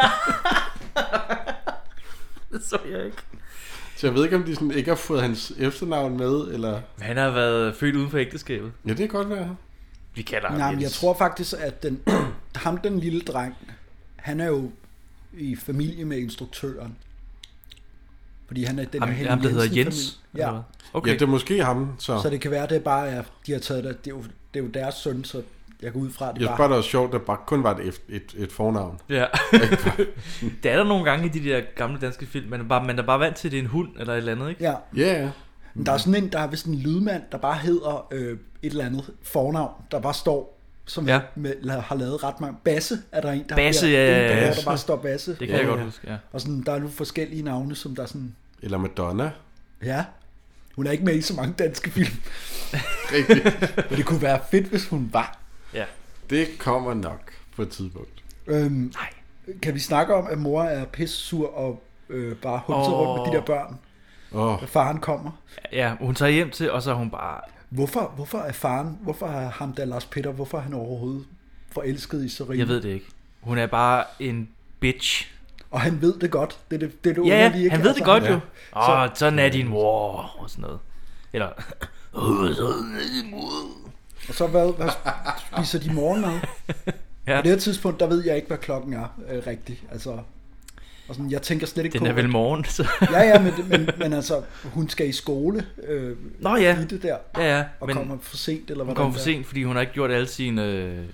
[SPEAKER 4] Det så jeg ikke.
[SPEAKER 2] Så jeg ved ikke, om de sådan ikke har fået hans efternavn med, eller...
[SPEAKER 4] Han har været født uden for ægteskabet.
[SPEAKER 2] Ja, det kan godt være.
[SPEAKER 4] Vi kalder ham
[SPEAKER 3] Jens. Jeg tror faktisk, at den lille dreng, han er jo i familie med instruktøren. Fordi han er den her
[SPEAKER 4] ham, der hedder Jens.
[SPEAKER 3] Ja.
[SPEAKER 2] Okay. Ja, det er måske ham.
[SPEAKER 3] Så det kan være, det er bare, de har taget det. Det er jo deres søn, så jeg går ud fra, det
[SPEAKER 2] jeg bare... det var sjovt, at bare kun var et fornavn.
[SPEAKER 4] Ja. Det er der nogle gange i de der gamle danske film, man er bare vant til, det er en hund eller et eller andet, ikke?
[SPEAKER 3] Ja.
[SPEAKER 2] Yeah.
[SPEAKER 3] Men der er sådan der er vist en lydmand, der bare hedder et eller andet fornavn, der bare står, som har lavet ret mange. Basse er der en, der
[SPEAKER 4] Basse,
[SPEAKER 3] der bare står Basse.
[SPEAKER 4] Det kan jeg godt huske, ja.
[SPEAKER 3] Og sådan, der er nogle forskellige navne, som der er sådan...
[SPEAKER 2] Eller Madonna.
[SPEAKER 3] Ja. Hun er ikke med i så mange danske film. Rigtigt. Men det kunne være fedt, hvis hun var.
[SPEAKER 4] Ja.
[SPEAKER 2] Det kommer nok på et tidspunkt.
[SPEAKER 4] Nej.
[SPEAKER 3] Kan vi snakke om, at mor er pissesur og bare hunser rundt med de der børn? Da faren kommer.
[SPEAKER 4] Ja, hun tager hjem til, og så er hun bare...
[SPEAKER 3] Hvorfor er faren, hvorfor er ham der Lars Peter, hvorfor er han overhovedet forelsket i Serena?
[SPEAKER 4] Jeg ved det ikke. Hun er bare en bitch.
[SPEAKER 3] Og han ved det godt. Det er det
[SPEAKER 4] underlige, ikke? Han ved det godt jo. Sådan er din mor, og sådan noget. Eller... sådan er din mor.
[SPEAKER 3] Og så hvad spiser de morgenmad? På det her tidspunkt, der ved jeg ikke, hvad klokken er rigtigt. Altså... Og sådan, jeg tænker slet ikke
[SPEAKER 4] den
[SPEAKER 3] på...
[SPEAKER 4] Den er vel morgen, så...
[SPEAKER 3] ja, men altså, hun skal i skole.
[SPEAKER 4] Nå ja.
[SPEAKER 3] I det der.
[SPEAKER 4] Ja.
[SPEAKER 3] Og kommer for sent, eller hvad?
[SPEAKER 4] Hun kommer for sent, fordi hun har ikke gjort alle sine...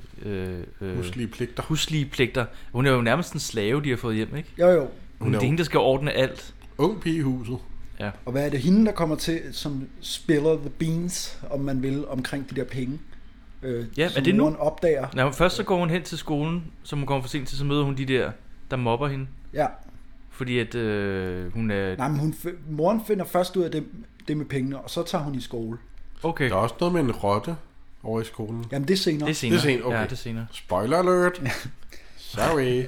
[SPEAKER 4] huslige pligter. Hun er jo nærmest en slave, de har fået hjem, ikke?
[SPEAKER 3] Jo.
[SPEAKER 4] Hun er hende, der skal ordne alt.
[SPEAKER 2] Ung pige i huset.
[SPEAKER 4] Ja.
[SPEAKER 3] Og hvad er det hende, der kommer til, som spiller the beans, om man vil, omkring de der penge?
[SPEAKER 4] Ja, er det nu?
[SPEAKER 3] Opdager.
[SPEAKER 4] Nej, først så går hun hen til skolen, som hun kommer for sent til, så møder hun de der mobber hende.
[SPEAKER 3] Ja.
[SPEAKER 4] Fordi at hun er...
[SPEAKER 3] Nej, men moren finder først ud af det med pengene, og så tager hun i skole.
[SPEAKER 2] Okay. Der er også noget med en rotte over i skolen.
[SPEAKER 3] Jamen, det er senere.
[SPEAKER 4] Det er senere.
[SPEAKER 2] Okay.
[SPEAKER 4] Ja, det er senere.
[SPEAKER 2] Spoiler alert. Sorry.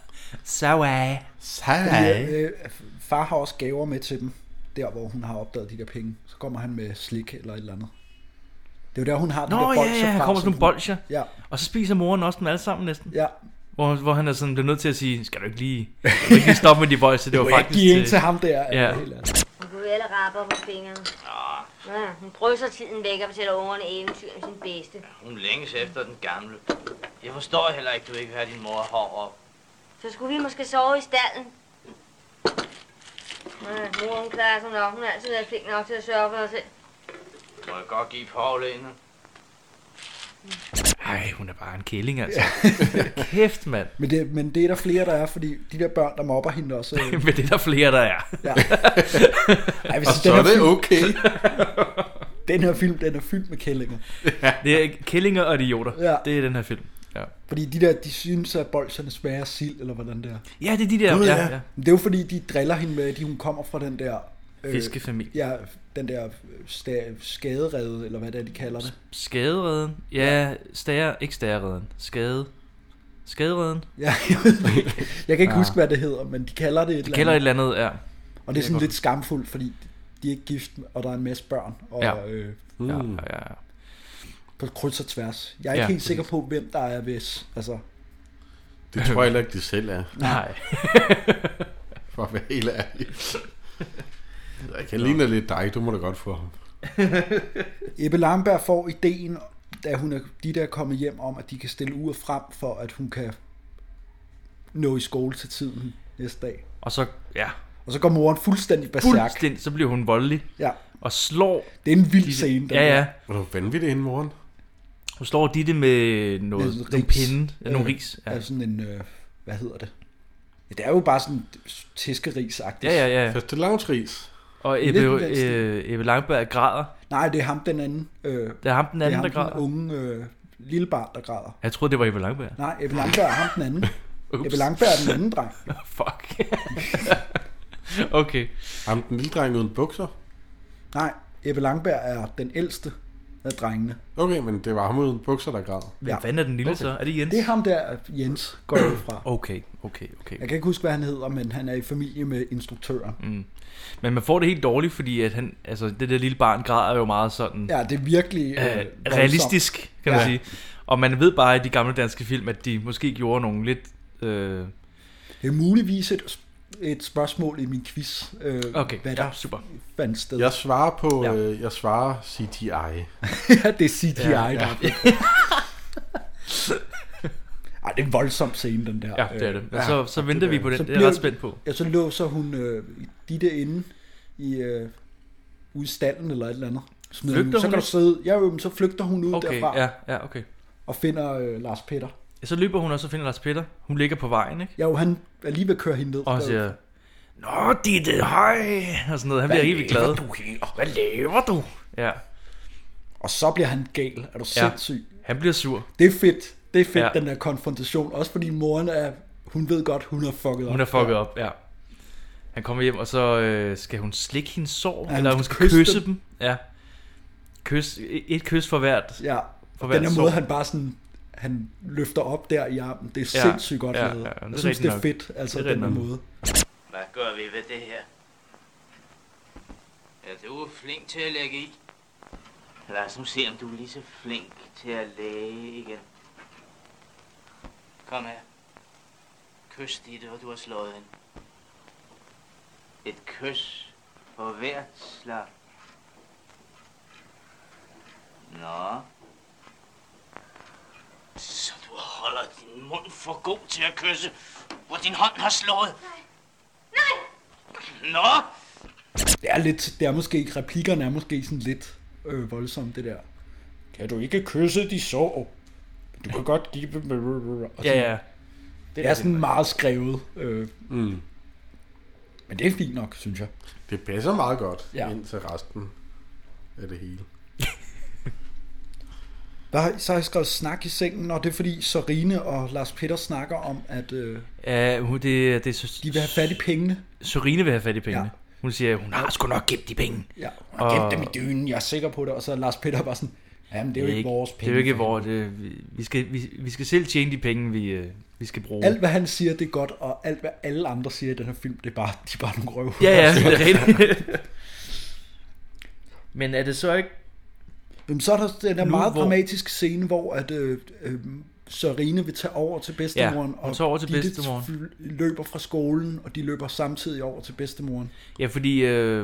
[SPEAKER 3] Far har også gaver med til dem, der hvor hun har opdaget de der penge. Så kommer han med slik eller et eller andet. Det er jo der, hun har de der bolcher fra.
[SPEAKER 4] Han kommer sådan nogle bolcher.
[SPEAKER 3] Ja.
[SPEAKER 4] Og så spiser moren også dem alle sammen næsten.
[SPEAKER 3] Ja.
[SPEAKER 4] Hvor han er sådan blevet nødt til at sige, skal du ikke lige stoppe med de bolcher? Det var faktisk
[SPEAKER 3] ikke til ham der.
[SPEAKER 4] Ja.
[SPEAKER 10] Hun kunne ellers rapper på fingrene. Ja, hun drysser tiden væk og fortæller ungerne eventyr om sin bedste.
[SPEAKER 9] Ja, hun længes efter den gamle. Jeg forstår heller ikke, du ikke vil have din mor hår op.
[SPEAKER 10] Så skulle vi måske sove i stallen. Ja, mor, hun klarer sig nok. Hun har altid været flink nok til at sørge for sig selv.
[SPEAKER 9] Må jeg godt give Paul en?
[SPEAKER 4] Ej, hun er bare en kælling, altså. Kæft, mand.
[SPEAKER 3] Men det er der flere, der er, fordi de der børn, der mobber hende også...
[SPEAKER 4] Men det er der flere, der er.
[SPEAKER 3] Ja. Ej,
[SPEAKER 2] og så er det okay.
[SPEAKER 3] Den her film, den er fyldt med kællinger.
[SPEAKER 4] Det er kællinger og idioter.
[SPEAKER 3] Ja.
[SPEAKER 4] Det er den her film. Ja.
[SPEAKER 3] Fordi de der, de synes, at bolsjerne smager af sild, eller hvordan det er.
[SPEAKER 4] Ja, det er de der. Ja.
[SPEAKER 3] Det er jo fordi, de driller hende med, at hun kommer fra den der...
[SPEAKER 4] fiskefamilie.
[SPEAKER 3] Ja, den der skaderede, eller hvad det er, de kalder det.
[SPEAKER 4] Skadereden? Ja, ikke stærereden. Skadereden?
[SPEAKER 3] Ja, jeg kan ikke huske, hvad det hedder, men de kalder det et
[SPEAKER 4] eller andet, ja.
[SPEAKER 3] Og det er sådan lidt skamfuldt, fordi de er ikke gift, og der er en masse børn. Og,
[SPEAKER 4] ja.
[SPEAKER 3] på kryds og tværs. Jeg er ikke helt sikker på, hvem der er hvis. Altså.
[SPEAKER 2] Det tror jeg heller ikke, de selv er.
[SPEAKER 4] Nej.
[SPEAKER 2] For at være helt ærlig. Jeg kan ligne lidt dig, du må da godt få ham.
[SPEAKER 3] Ebbe Langberg får ideen, da de der er kommet hjem om, at de kan stille uret frem, for at hun kan nå i skole til tiden næste dag.
[SPEAKER 4] Og så,
[SPEAKER 3] og så går moren fuldstændig berserk.
[SPEAKER 4] Så bliver hun voldelig.
[SPEAKER 3] Ja.
[SPEAKER 4] Og slår...
[SPEAKER 3] Det er en vild scene.
[SPEAKER 4] Ja.
[SPEAKER 2] Hvor vanvittigt hende, moren?
[SPEAKER 4] Hun slår Ditte med nogle pinde. Nogle ris.
[SPEAKER 3] Ja. Sådan en... hvad hedder det? Ja, det er jo bare sådan tæskeris-agtigt.
[SPEAKER 4] Ja.
[SPEAKER 2] Fastelavnsris.
[SPEAKER 4] Og Ebbe Langberg græder.
[SPEAKER 3] Nej, det er ham den anden.
[SPEAKER 4] Det er ham den anden, der græder.
[SPEAKER 3] Det er ham den unge lille barn, der græder.
[SPEAKER 4] Jeg troede, det var Ebbe Langberg.
[SPEAKER 3] Nej, Ebbe Langberg er ham den anden. Ebbe Langberg er den anden dreng.
[SPEAKER 4] Fuck. Okay.
[SPEAKER 2] Ham den lille dreng uden bukser?
[SPEAKER 3] Nej, Ebbe Langberg er den ældste af drengene.
[SPEAKER 2] Okay, men det var ham uden bukser, der græd.
[SPEAKER 4] Hvem fanden er den lille så? Er det Jens?
[SPEAKER 3] Det er ham der, Jens går ud fra.
[SPEAKER 4] Okay.
[SPEAKER 3] Jeg kan ikke huske, hvad han hedder, men han er i familie med instruktøren.
[SPEAKER 4] Mm. Men man får det helt dårligt, fordi at han, altså det der lille barn græder jo meget sådan...
[SPEAKER 3] Ja, det er virkelig...
[SPEAKER 4] realistisk, kan man sige. Og man ved bare i de gamle danske film, at de måske gjorde nogle lidt...
[SPEAKER 3] Det er muligvis et spørgsmål i min quiz.
[SPEAKER 4] Okay,
[SPEAKER 3] hvad der
[SPEAKER 4] super.
[SPEAKER 3] Fandt sted.
[SPEAKER 2] Jeg svarer på... jeg svarer CGI.
[SPEAKER 3] Ja, det er CGI, der Ej, det er en voldsom scene, den der.
[SPEAKER 4] Ja, det er det. Og så venter vi på den. Det er ret spændt på.
[SPEAKER 3] Ja, så låser hun Ditte inde ude i stallen eller et eller andet.
[SPEAKER 4] Flygter
[SPEAKER 3] så kan du sidde... så flygter hun ud derfra.
[SPEAKER 4] Ja, okay.
[SPEAKER 3] Og finder Lars Peter.
[SPEAKER 4] Ja, så løber hun, og så finder Lars Peter. Hun ligger på vejen, ikke?
[SPEAKER 3] Ja, han er lige ved at køre hende ned.
[SPEAKER 4] Og siger... Nå, Ditte, hej! Og sådan noget. Han bliver helt glad. Hvad laver du? Ja.
[SPEAKER 3] Og så bliver han gal. Er du sindssyg?
[SPEAKER 4] Han bliver sur.
[SPEAKER 3] Det er fedt. Det er fedt, den der konfrontation. Også fordi moren hun ved godt, hun har fucket op.
[SPEAKER 4] Hun har fucket op, ja. Han kommer hjem, og så skal hun slikke hendes sår, eller hun skal kysse dem. Ja. Et kys for hvert.
[SPEAKER 3] Ja,
[SPEAKER 4] for
[SPEAKER 3] den her måde, han bare sådan... Han løfter op der i armen. Det er sindssygt godt lavet. Jeg synes, det er fedt, altså den her måde.
[SPEAKER 9] Hvad gør vi ved det her? Ja, du er flink til at lægge i. Lad os nu se, om du er lige så flink til at læge igen. Kom her. Kys Ditte, hvor du har slået hende. Et kys på hvert slag. Nå. Så du holder din mund for god til at kysse, hvor din hånd har slået. Nej! Nå!
[SPEAKER 3] Det er måske, replikkerne er måske sådan lidt voldsomt, det der. Kan du ikke kysse de sår? Du kan godt give dem...
[SPEAKER 4] Ja.
[SPEAKER 3] Det er sådan meget skrevet. Men det er fint nok, synes jeg.
[SPEAKER 2] Det passer meget godt ind til resten af det hele.
[SPEAKER 3] Så har jeg skrevet snak i sengen, og det er fordi Sørine og Lars Peter snakker om, at de vil have fat i pengene.
[SPEAKER 4] Sørine vil have fat i pengene. Ja. Hun siger, hun har sgu nok gemt de penge.
[SPEAKER 3] Ja, hun har gemt dem i dynen, jeg er sikker på det. Og så er Lars Peter bare sådan, jamen det er jo ikke vores penge.
[SPEAKER 4] Det er jo ikke vores, vi skal selv tjene de penge, vi skal bruge.
[SPEAKER 3] Alt hvad han siger, det er godt, og alt hvad alle andre siger i den her film, det er bare, de er bare nogle røv.
[SPEAKER 4] Ja, det er rigtigt. Men er det så ikke...
[SPEAKER 3] Men så er der den der meget dramatiske scene, hvor at Sørine vil tage over til bedstemoren,
[SPEAKER 4] og over til bedstemoren.
[SPEAKER 3] Løber fra skolen, og de løber samtidig over til bedstemoren.
[SPEAKER 4] Ja, fordi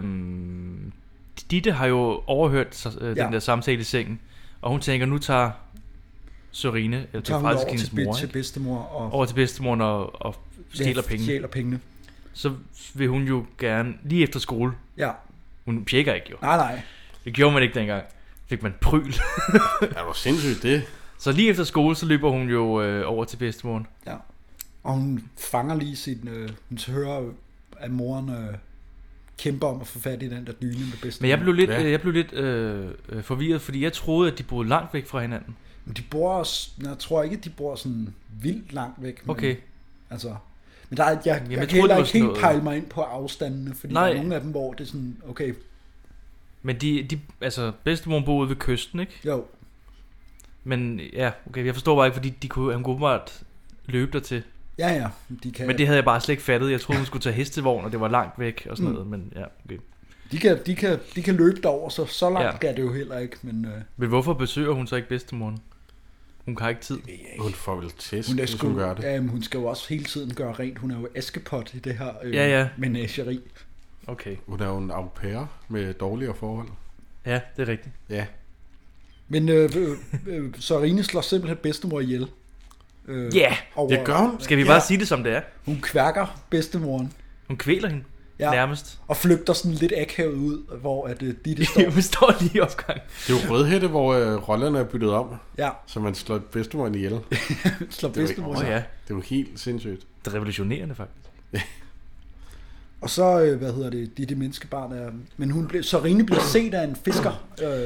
[SPEAKER 4] Ditte har jo overhørt den der samtale i sengen, og hun tænker, nu tager Sørine, eller
[SPEAKER 3] tager hun over til bedstemor og
[SPEAKER 4] over til bedstemoren og stjæler pengene. Så vil hun jo gerne lige efter skole.
[SPEAKER 3] Ja.
[SPEAKER 4] Hun pjekker ikke jo.
[SPEAKER 3] Nej.
[SPEAKER 4] Det gjorde man ikke dengang. Fik man pryl.
[SPEAKER 2] Er du sindssygt det?
[SPEAKER 4] Så lige efter skole, så løber hun jo over til bedstemoren.
[SPEAKER 3] Ja. Og hun fanger lige hun hører, at moren kæmper om at få fat i den der dyne med bedstemor.
[SPEAKER 4] Men jeg blev lidt forvirret, fordi jeg troede, at de boede langt væk fra hinanden.
[SPEAKER 3] Men de bor, jeg tror ikke, de bor sådan vildt langt væk.
[SPEAKER 4] Okay.
[SPEAKER 3] Men, altså, men der er, jeg kan heller ikke helt pejle mig ind på afstandene, fordi der er nogle af dem, hvor det er sådan, okay.
[SPEAKER 4] Men altså bedstemoren boede ved kysten, ikke?
[SPEAKER 3] Jo.
[SPEAKER 4] Men ja, okay, jeg forstår bare ikke, fordi han kunne bare løbe dertil.
[SPEAKER 3] Ja, de kan.
[SPEAKER 4] Men det havde jeg bare slet ikke fattet. Jeg troede, hun skulle tage hestevogn, og det var langt væk og sådan noget, men ja, okay.
[SPEAKER 3] De kan løbe derover, så langt er det jo heller ikke.
[SPEAKER 4] Men hvorfor besøger hun så ikke bedstemoren? Hun har ikke tid.
[SPEAKER 2] Hun får vel tæsk, hvis hun gør det.
[SPEAKER 3] Ja, men hun skal jo også hele tiden gøre rent. Hun er jo Askepot i det her menageri.
[SPEAKER 4] Okay.
[SPEAKER 2] Hun er jo en au pair med dårligere forhold.
[SPEAKER 4] Ja, det er rigtigt.
[SPEAKER 2] Ja.
[SPEAKER 3] Men Sarine slår simpelthen bedstemor ihjel.
[SPEAKER 4] Det gør hun. Skal vi bare sige det, som det er?
[SPEAKER 3] Hun kværker bedstemoren.
[SPEAKER 4] Hun kvæler hende. Ja. Nærmest.
[SPEAKER 3] Og flygter sådan lidt akavet ud, hvor at Ditte står.
[SPEAKER 4] Hun står lige i opgang.
[SPEAKER 2] Det er jo Rødhætte, hvor rollerne er byttet om.
[SPEAKER 3] Ja.
[SPEAKER 2] Så man slår bedstemoren ihjel.
[SPEAKER 3] Slår bedstemoren ihjel.
[SPEAKER 2] Ja. Det er jo helt sindssygt.
[SPEAKER 4] Det er revolutionerende, faktisk.
[SPEAKER 3] Og så, Ditte menneskebarn er... Men Sarine bliver set af en fisker.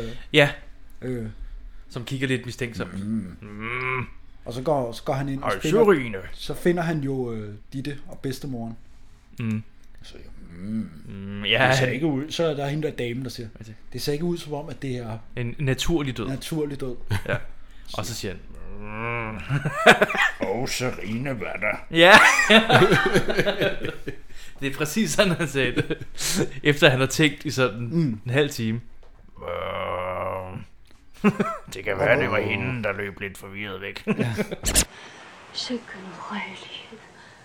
[SPEAKER 4] Som kigger lidt mistænksomt.
[SPEAKER 3] Og så går han ind og så finder han jo Ditte og bedstemoren. Det ser ikke ud. Så er der hende der dame, der siger, det ser ikke ud som om, at det er
[SPEAKER 4] en naturlig død.
[SPEAKER 3] Naturlig død.
[SPEAKER 4] Ja. Og så siger han,
[SPEAKER 3] Sarine, hvad der?
[SPEAKER 4] Ja. Det er præcis sådan, han sagde det. Efter han har tænkt i sådan en halv time.
[SPEAKER 9] Det kan være, det var hende, der løb lidt forvirret væk.
[SPEAKER 11] Sikke en røglighed.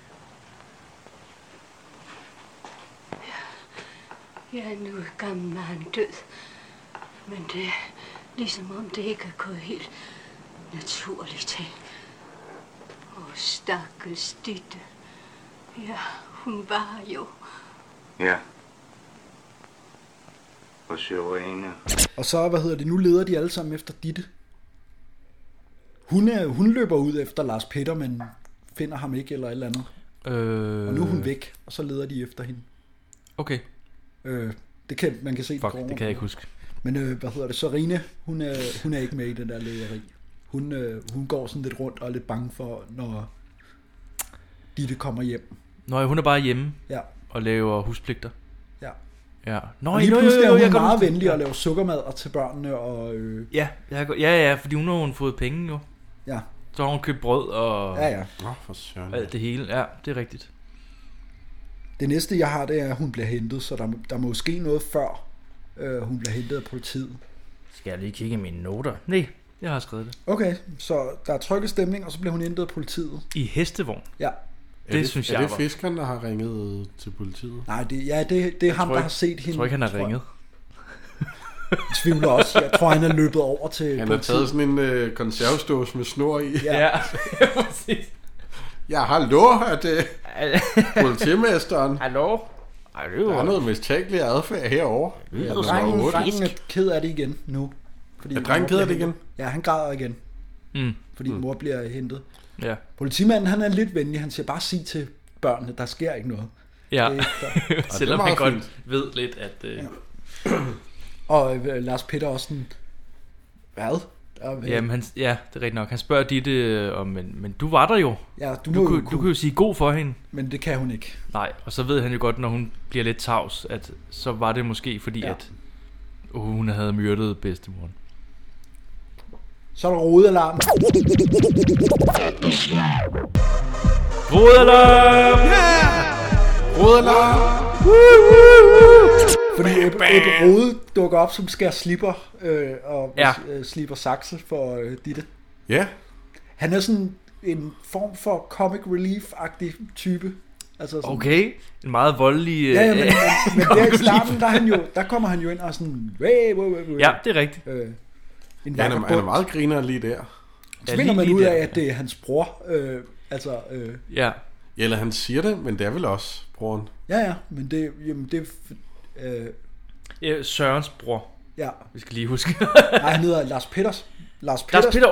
[SPEAKER 11] Jeg er nu gammel mand død. Men det er ligesom om det ikke er gået helt naturligt til. Stakkels Ditte. Ja, hun var jo.
[SPEAKER 5] Ja. Og Sørene.
[SPEAKER 3] Og så, nu leder de alle sammen efter Ditte. Hun løber ud efter Lars Peter, men finder ham ikke eller et eller andet. Og nu er hun væk, og så leder de efter hende.
[SPEAKER 4] Okay.
[SPEAKER 3] Man kan se
[SPEAKER 4] det kan jeg ikke huske.
[SPEAKER 3] Men Sarine, hun er ikke med i den der lederi. Hun går sådan lidt rundt og er lidt bange for, når Ditte kommer hjem.
[SPEAKER 4] Nå, hun er bare hjemme.
[SPEAKER 3] Ja.
[SPEAKER 4] Og laver huspligter.
[SPEAKER 3] Ja.
[SPEAKER 4] Nå,
[SPEAKER 3] og lige pludselig er hun meget venlig at lave sukkermad til børnene og
[SPEAKER 4] Ja, fordi hun har fået penge jo.
[SPEAKER 3] Ja.
[SPEAKER 4] Så har hun købt brød og
[SPEAKER 2] for søren.
[SPEAKER 4] Alt det hele. Ja, det er rigtigt.
[SPEAKER 3] Det næste jeg har, det er at hun bliver hentet, så der må ske noget før hun bliver hentet af politiet.
[SPEAKER 4] Skal jeg lige kigge i mine noter? Nej, jeg har skrevet det.
[SPEAKER 3] Okay, så der er trykket stemning, og så bliver hun hentet af politiet.
[SPEAKER 4] I hestevogn?
[SPEAKER 3] Ja.
[SPEAKER 4] Det synes jeg
[SPEAKER 2] var. Er det fiskeren, der har ringet til politiet?
[SPEAKER 3] Nej, det er ham, der har set hende.
[SPEAKER 4] Jeg tror ikke, han har ringet.
[SPEAKER 3] Jeg tvivler også. Jeg tror, han er løbet over til
[SPEAKER 2] Han har taget sådan en konservesdås med snor i.
[SPEAKER 4] Ja, præcis.
[SPEAKER 2] Ja, hallo, at politimesteren.
[SPEAKER 4] Hallo?
[SPEAKER 2] Der er noget mistænkelig adfærd herovre.
[SPEAKER 3] Drengen er ked af det igen nu.
[SPEAKER 2] Er drengen ked af det igen?
[SPEAKER 3] Ja, han græder igen. Fordi mor bliver hentet.
[SPEAKER 4] Ja.
[SPEAKER 3] Politimanden, han er lidt venlig. Han siger, bare sig til børnene, der sker ikke noget.
[SPEAKER 4] Ja, selvom han godt ved lidt, at...
[SPEAKER 3] Og Lars Peter også sådan... Hvad?
[SPEAKER 4] Jamen, det er rigtigt nok. Han spørger Ditte om, men du var der jo.
[SPEAKER 3] Ja,
[SPEAKER 4] du kan jo sige god for hende.
[SPEAKER 3] Men det kan hun ikke.
[SPEAKER 4] Nej, og så ved han jo godt, når hun bliver lidt tavs, at så var det måske fordi, at hun havde myrdet bedstemoren.
[SPEAKER 3] Så er der rodealarm.
[SPEAKER 4] Rodealarm! Yeah!
[SPEAKER 2] Rodealarm!
[SPEAKER 3] Fordi Ebbe Rode dukker op som skær slipper og slipper sakse for Ditte.
[SPEAKER 2] Ja.
[SPEAKER 3] Han er sådan en form for comic relief-agtig type. Altså sådan,
[SPEAKER 4] okay, en meget voldelig...
[SPEAKER 3] men der i starten, der kommer han jo ind og sådan...
[SPEAKER 4] Ja, det er rigtigt.
[SPEAKER 2] Han er meget griner lige der.
[SPEAKER 3] Så finder man ud af, at det er hans bror.
[SPEAKER 4] Ja.
[SPEAKER 2] Eller han siger det, men det er vel også broren.
[SPEAKER 3] Ja, men det
[SPEAKER 4] Sørens bror.
[SPEAKER 3] Ja.
[SPEAKER 4] Vi skal lige huske.
[SPEAKER 3] Nej, han hedder Lars Peters.
[SPEAKER 4] Lars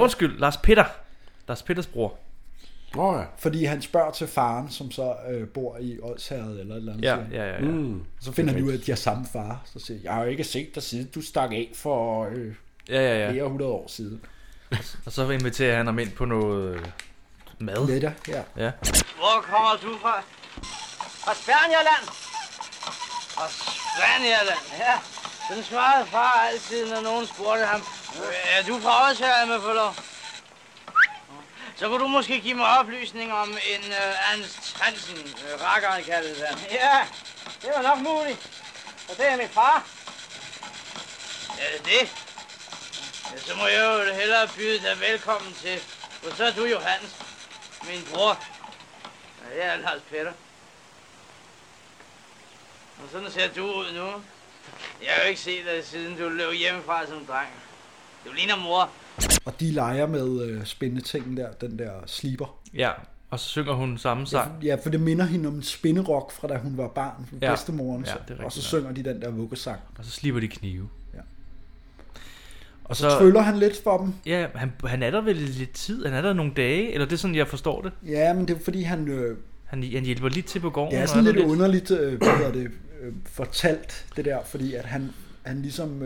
[SPEAKER 4] Peters bror.
[SPEAKER 2] Ja.
[SPEAKER 3] Fordi han spørger til faren, som så bor i Odsherred eller et eller andet.
[SPEAKER 4] Ja.
[SPEAKER 3] Så finder han ud af, at de har samme far. Så siger jeg har jo ikke set dig siden du stak af for flere 100 år siden.
[SPEAKER 4] Og så inviterer han ham ind på noget mad.
[SPEAKER 3] Middag, ja.
[SPEAKER 9] Hvor kommer du fra? Fra Spanierland. Fra Spanierland, ja. Den svarede far altid, når nogen spurgte ham, er du fra Odsherred med for lov? Så kunne du måske give mig oplysning om en Ernst Hansen, rakkeren kaldede han. Ja, det var nok muligt. Og det er min far. Ja, det. Ja, så må jeg jo hellere byde dig velkommen til. Og så er du Johannes, min bror. Ja, jeg er Lars Peter. Og sådan ser du ud nu. Jeg har jo ikke set dig, siden du løb hjemmefra som dreng. Du ligner mor.
[SPEAKER 3] Og de leger med spændetingen der, den der sleeper.
[SPEAKER 4] Ja, og så synger hun samme sang.
[SPEAKER 3] Ja, for det minder hende om en spinderok fra da hun var barn med bedstemoren.
[SPEAKER 4] Ja, det er rigtigt,
[SPEAKER 3] og så synger de den der vuggesang.
[SPEAKER 4] Og så slipper de knive.
[SPEAKER 3] Ja. Og så tryller han lidt for dem.
[SPEAKER 4] Ja, han er der vel lidt tid. Han er der nogle dage, eller det er sådan, jeg forstår det.
[SPEAKER 3] Ja, men det er fordi han...
[SPEAKER 4] Han hjælper lidt til på gården.
[SPEAKER 3] Det er sådan lidt underligt fortalt, det der, fordi at han ligesom...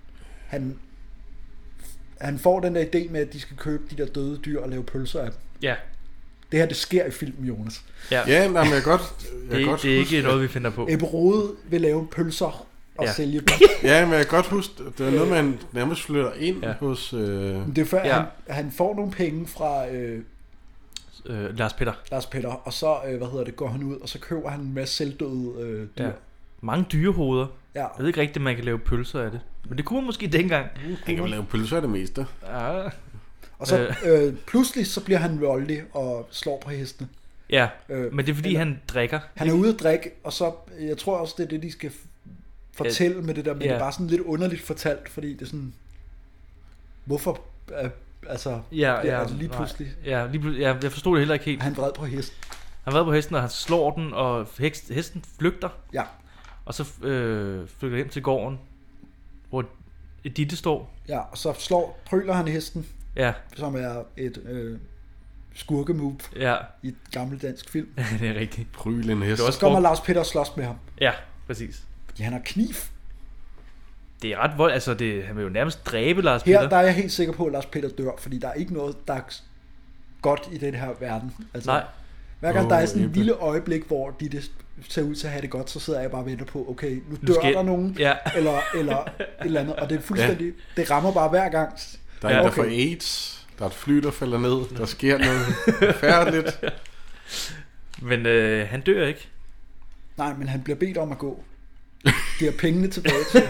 [SPEAKER 3] Han får den der idé med, at de skal købe de der døde dyr og lave pølser af dem.
[SPEAKER 4] Ja.
[SPEAKER 3] Det her, det sker i filmen, Jonas.
[SPEAKER 2] Ja, men jeg godt...
[SPEAKER 4] Det er ikke noget, vi finder på.
[SPEAKER 3] Ebbe Rode vil lave pølser og sælge dem.
[SPEAKER 2] Ja, men jeg kan godt huske, det er noget, man nærmest flytter ind hos...
[SPEAKER 3] Det er før, han får nogle penge fra...
[SPEAKER 4] Lars Peter.
[SPEAKER 3] Og så, går han ud, og så køber han en masse selvdøde dyr.
[SPEAKER 4] Ja. Mange dyrehoveder.
[SPEAKER 3] Ja.
[SPEAKER 4] Jeg ved ikke rigtigt, man kan lave pølser af det. Men det kunne man måske dengang.
[SPEAKER 2] Han kan lave pølser af det meste.
[SPEAKER 4] Ja.
[SPEAKER 3] Og så pludselig så bliver han voldelig og slår på hestene.
[SPEAKER 4] Ja, men det er fordi han drikker.
[SPEAKER 3] Han er ude at drikke, og så, jeg tror også det er det de skal fortælle med det der, men det er bare sådan lidt underligt fortalt, fordi det er sådan, hvorfor, altså lige pludselig.
[SPEAKER 4] Jeg forstod det heller ikke helt.
[SPEAKER 3] Han vred på hesten.
[SPEAKER 4] Han vred på hesten, og han slår den, og hesten flygter.
[SPEAKER 3] Ja.
[SPEAKER 4] Og så flygter hjem til gården, hvor Editte står.
[SPEAKER 3] Ja, og så pryler han hesten.
[SPEAKER 4] Ja.
[SPEAKER 3] Som er et skurkemove i et gammelt dansk film.
[SPEAKER 4] Det er rigtigt.
[SPEAKER 2] Pryl en hest.
[SPEAKER 3] Så kommer Lars Peter og slås med ham.
[SPEAKER 4] Ja, præcis.
[SPEAKER 3] Fordi han har kniv.
[SPEAKER 4] Det er ret vold, altså han vil jo nærmest dræbe Lars Peter.
[SPEAKER 3] Her der er jeg helt sikker på, at Lars Peter dør, fordi der er ikke noget, der er godt i den her verden. Altså,
[SPEAKER 4] nej.
[SPEAKER 3] Hver gang der er sådan en lille øjeblik, hvor de ser ud til at have det godt, så sidder jeg bare og venter på, okay, nu dør der nogen, eller et eller andet, og det er fuldstændig, det rammer bare hver gang.
[SPEAKER 2] Der er en, der får AIDS, der er et fly, der falder ned, der sker noget færdigt.
[SPEAKER 4] Men han dør ikke.
[SPEAKER 3] Nej, men han bliver bedt om at gå. Giver pengene tilbage til.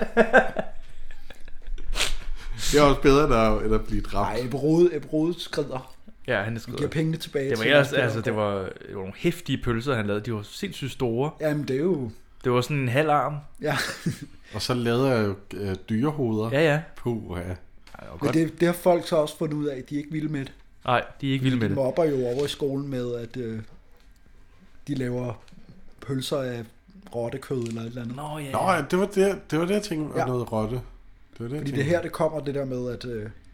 [SPEAKER 2] Det er også bedre, end at blive dræbt.
[SPEAKER 3] Nej, Ebbe Rode skrider.
[SPEAKER 4] Ja, han skrider.
[SPEAKER 3] Giver pengene tilbage
[SPEAKER 4] det var til. Det var nogle heftige pølser, han lavede. De var sindssygt store.
[SPEAKER 3] Jamen, det er jo...
[SPEAKER 4] Det var sådan en halv arm.
[SPEAKER 3] Ja.
[SPEAKER 2] Og så lavede jeg jo dyrehoveder.
[SPEAKER 4] Ja.
[SPEAKER 2] På, ja.
[SPEAKER 3] Men det har folk så også fundet ud af, at de ikke vilde med det.
[SPEAKER 4] Nej, de er ikke vilde med det.
[SPEAKER 3] De mobber jo over i skolen med, at de laver pølser af rottekød eller et eller andet.
[SPEAKER 4] Nå, ja.
[SPEAKER 2] Nå, det var det, jeg tænkte, noget rotte.
[SPEAKER 3] Fordi det her, det kommer det der med, at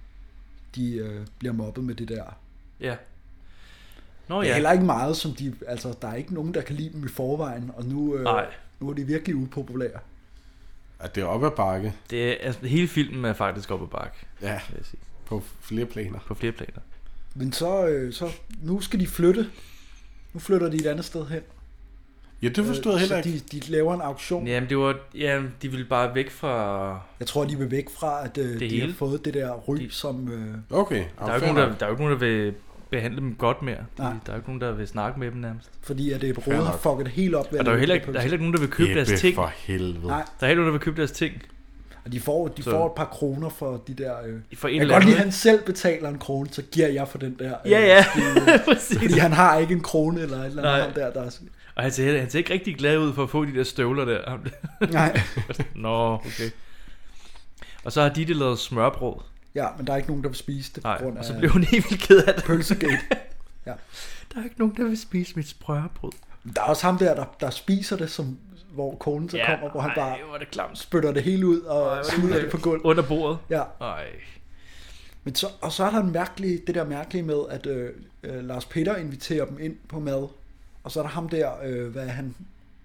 [SPEAKER 3] de bliver mobbet med det der.
[SPEAKER 4] Ja.
[SPEAKER 3] Det er heller ikke meget, som de... Altså, der er ikke nogen, der kan lide dem i forvejen, og nu er de virkelig upopulære.
[SPEAKER 2] Ja, det er op ad bakke.
[SPEAKER 4] Hele filmen er faktisk op ad bakke.
[SPEAKER 2] Ja,
[SPEAKER 4] vil jeg sige.
[SPEAKER 2] På flere planer.
[SPEAKER 3] Men så nu skal de flytte. Nu flytter de et andet sted hen.
[SPEAKER 2] Ja, det forstod jeg heller ikke.
[SPEAKER 3] De laver en auktion.
[SPEAKER 4] Jamen, de ville bare væk fra...
[SPEAKER 3] Jeg tror, de vil væk fra, at de har fået det der ry, som...
[SPEAKER 2] Okay.
[SPEAKER 4] Der er jo ikke nogen, der vil behandle dem godt mere. Der er jo ikke nogen, der vil snakke med dem nærmest.
[SPEAKER 3] Fordi at Ebbe Rode har fucket helt op.
[SPEAKER 4] Og der er heller ikke nogen, der vil købe deres ting.
[SPEAKER 2] For helvede.
[SPEAKER 3] Nej.
[SPEAKER 4] Der er heller nogen, der vil købe deres ting.
[SPEAKER 3] Og de får et par kroner for de der...
[SPEAKER 4] For
[SPEAKER 3] jeg kan godt lide, at han selv betaler en krone, så giver jeg for den der...
[SPEAKER 4] Ja, præcis.
[SPEAKER 3] Fordi han har ikke en krone eller et eller andet der er...
[SPEAKER 4] Og han ser ikke rigtig glad ud for at få de der støvler der.
[SPEAKER 3] Nej.
[SPEAKER 4] Nå, okay. Og så har de lavet smørbrød.
[SPEAKER 3] Ja, men der er ikke nogen, der vil spise det på grund af...
[SPEAKER 4] og så blev hun helt vildt ked af det.
[SPEAKER 3] Pølsegate. Ja.
[SPEAKER 4] Der er ikke nogen, der vil spise mit smørbrød.
[SPEAKER 3] Der er også ham der spiser det, hvor konen så kommer, hvor han bare spytter det hele ud og smider det på gulvet.
[SPEAKER 4] Under bordet?
[SPEAKER 3] Ja.
[SPEAKER 4] Ej.
[SPEAKER 3] Men så er der det der mærkelige med, at Lars Peter inviterer dem ind på mad. Og så er der ham der, hvad er han?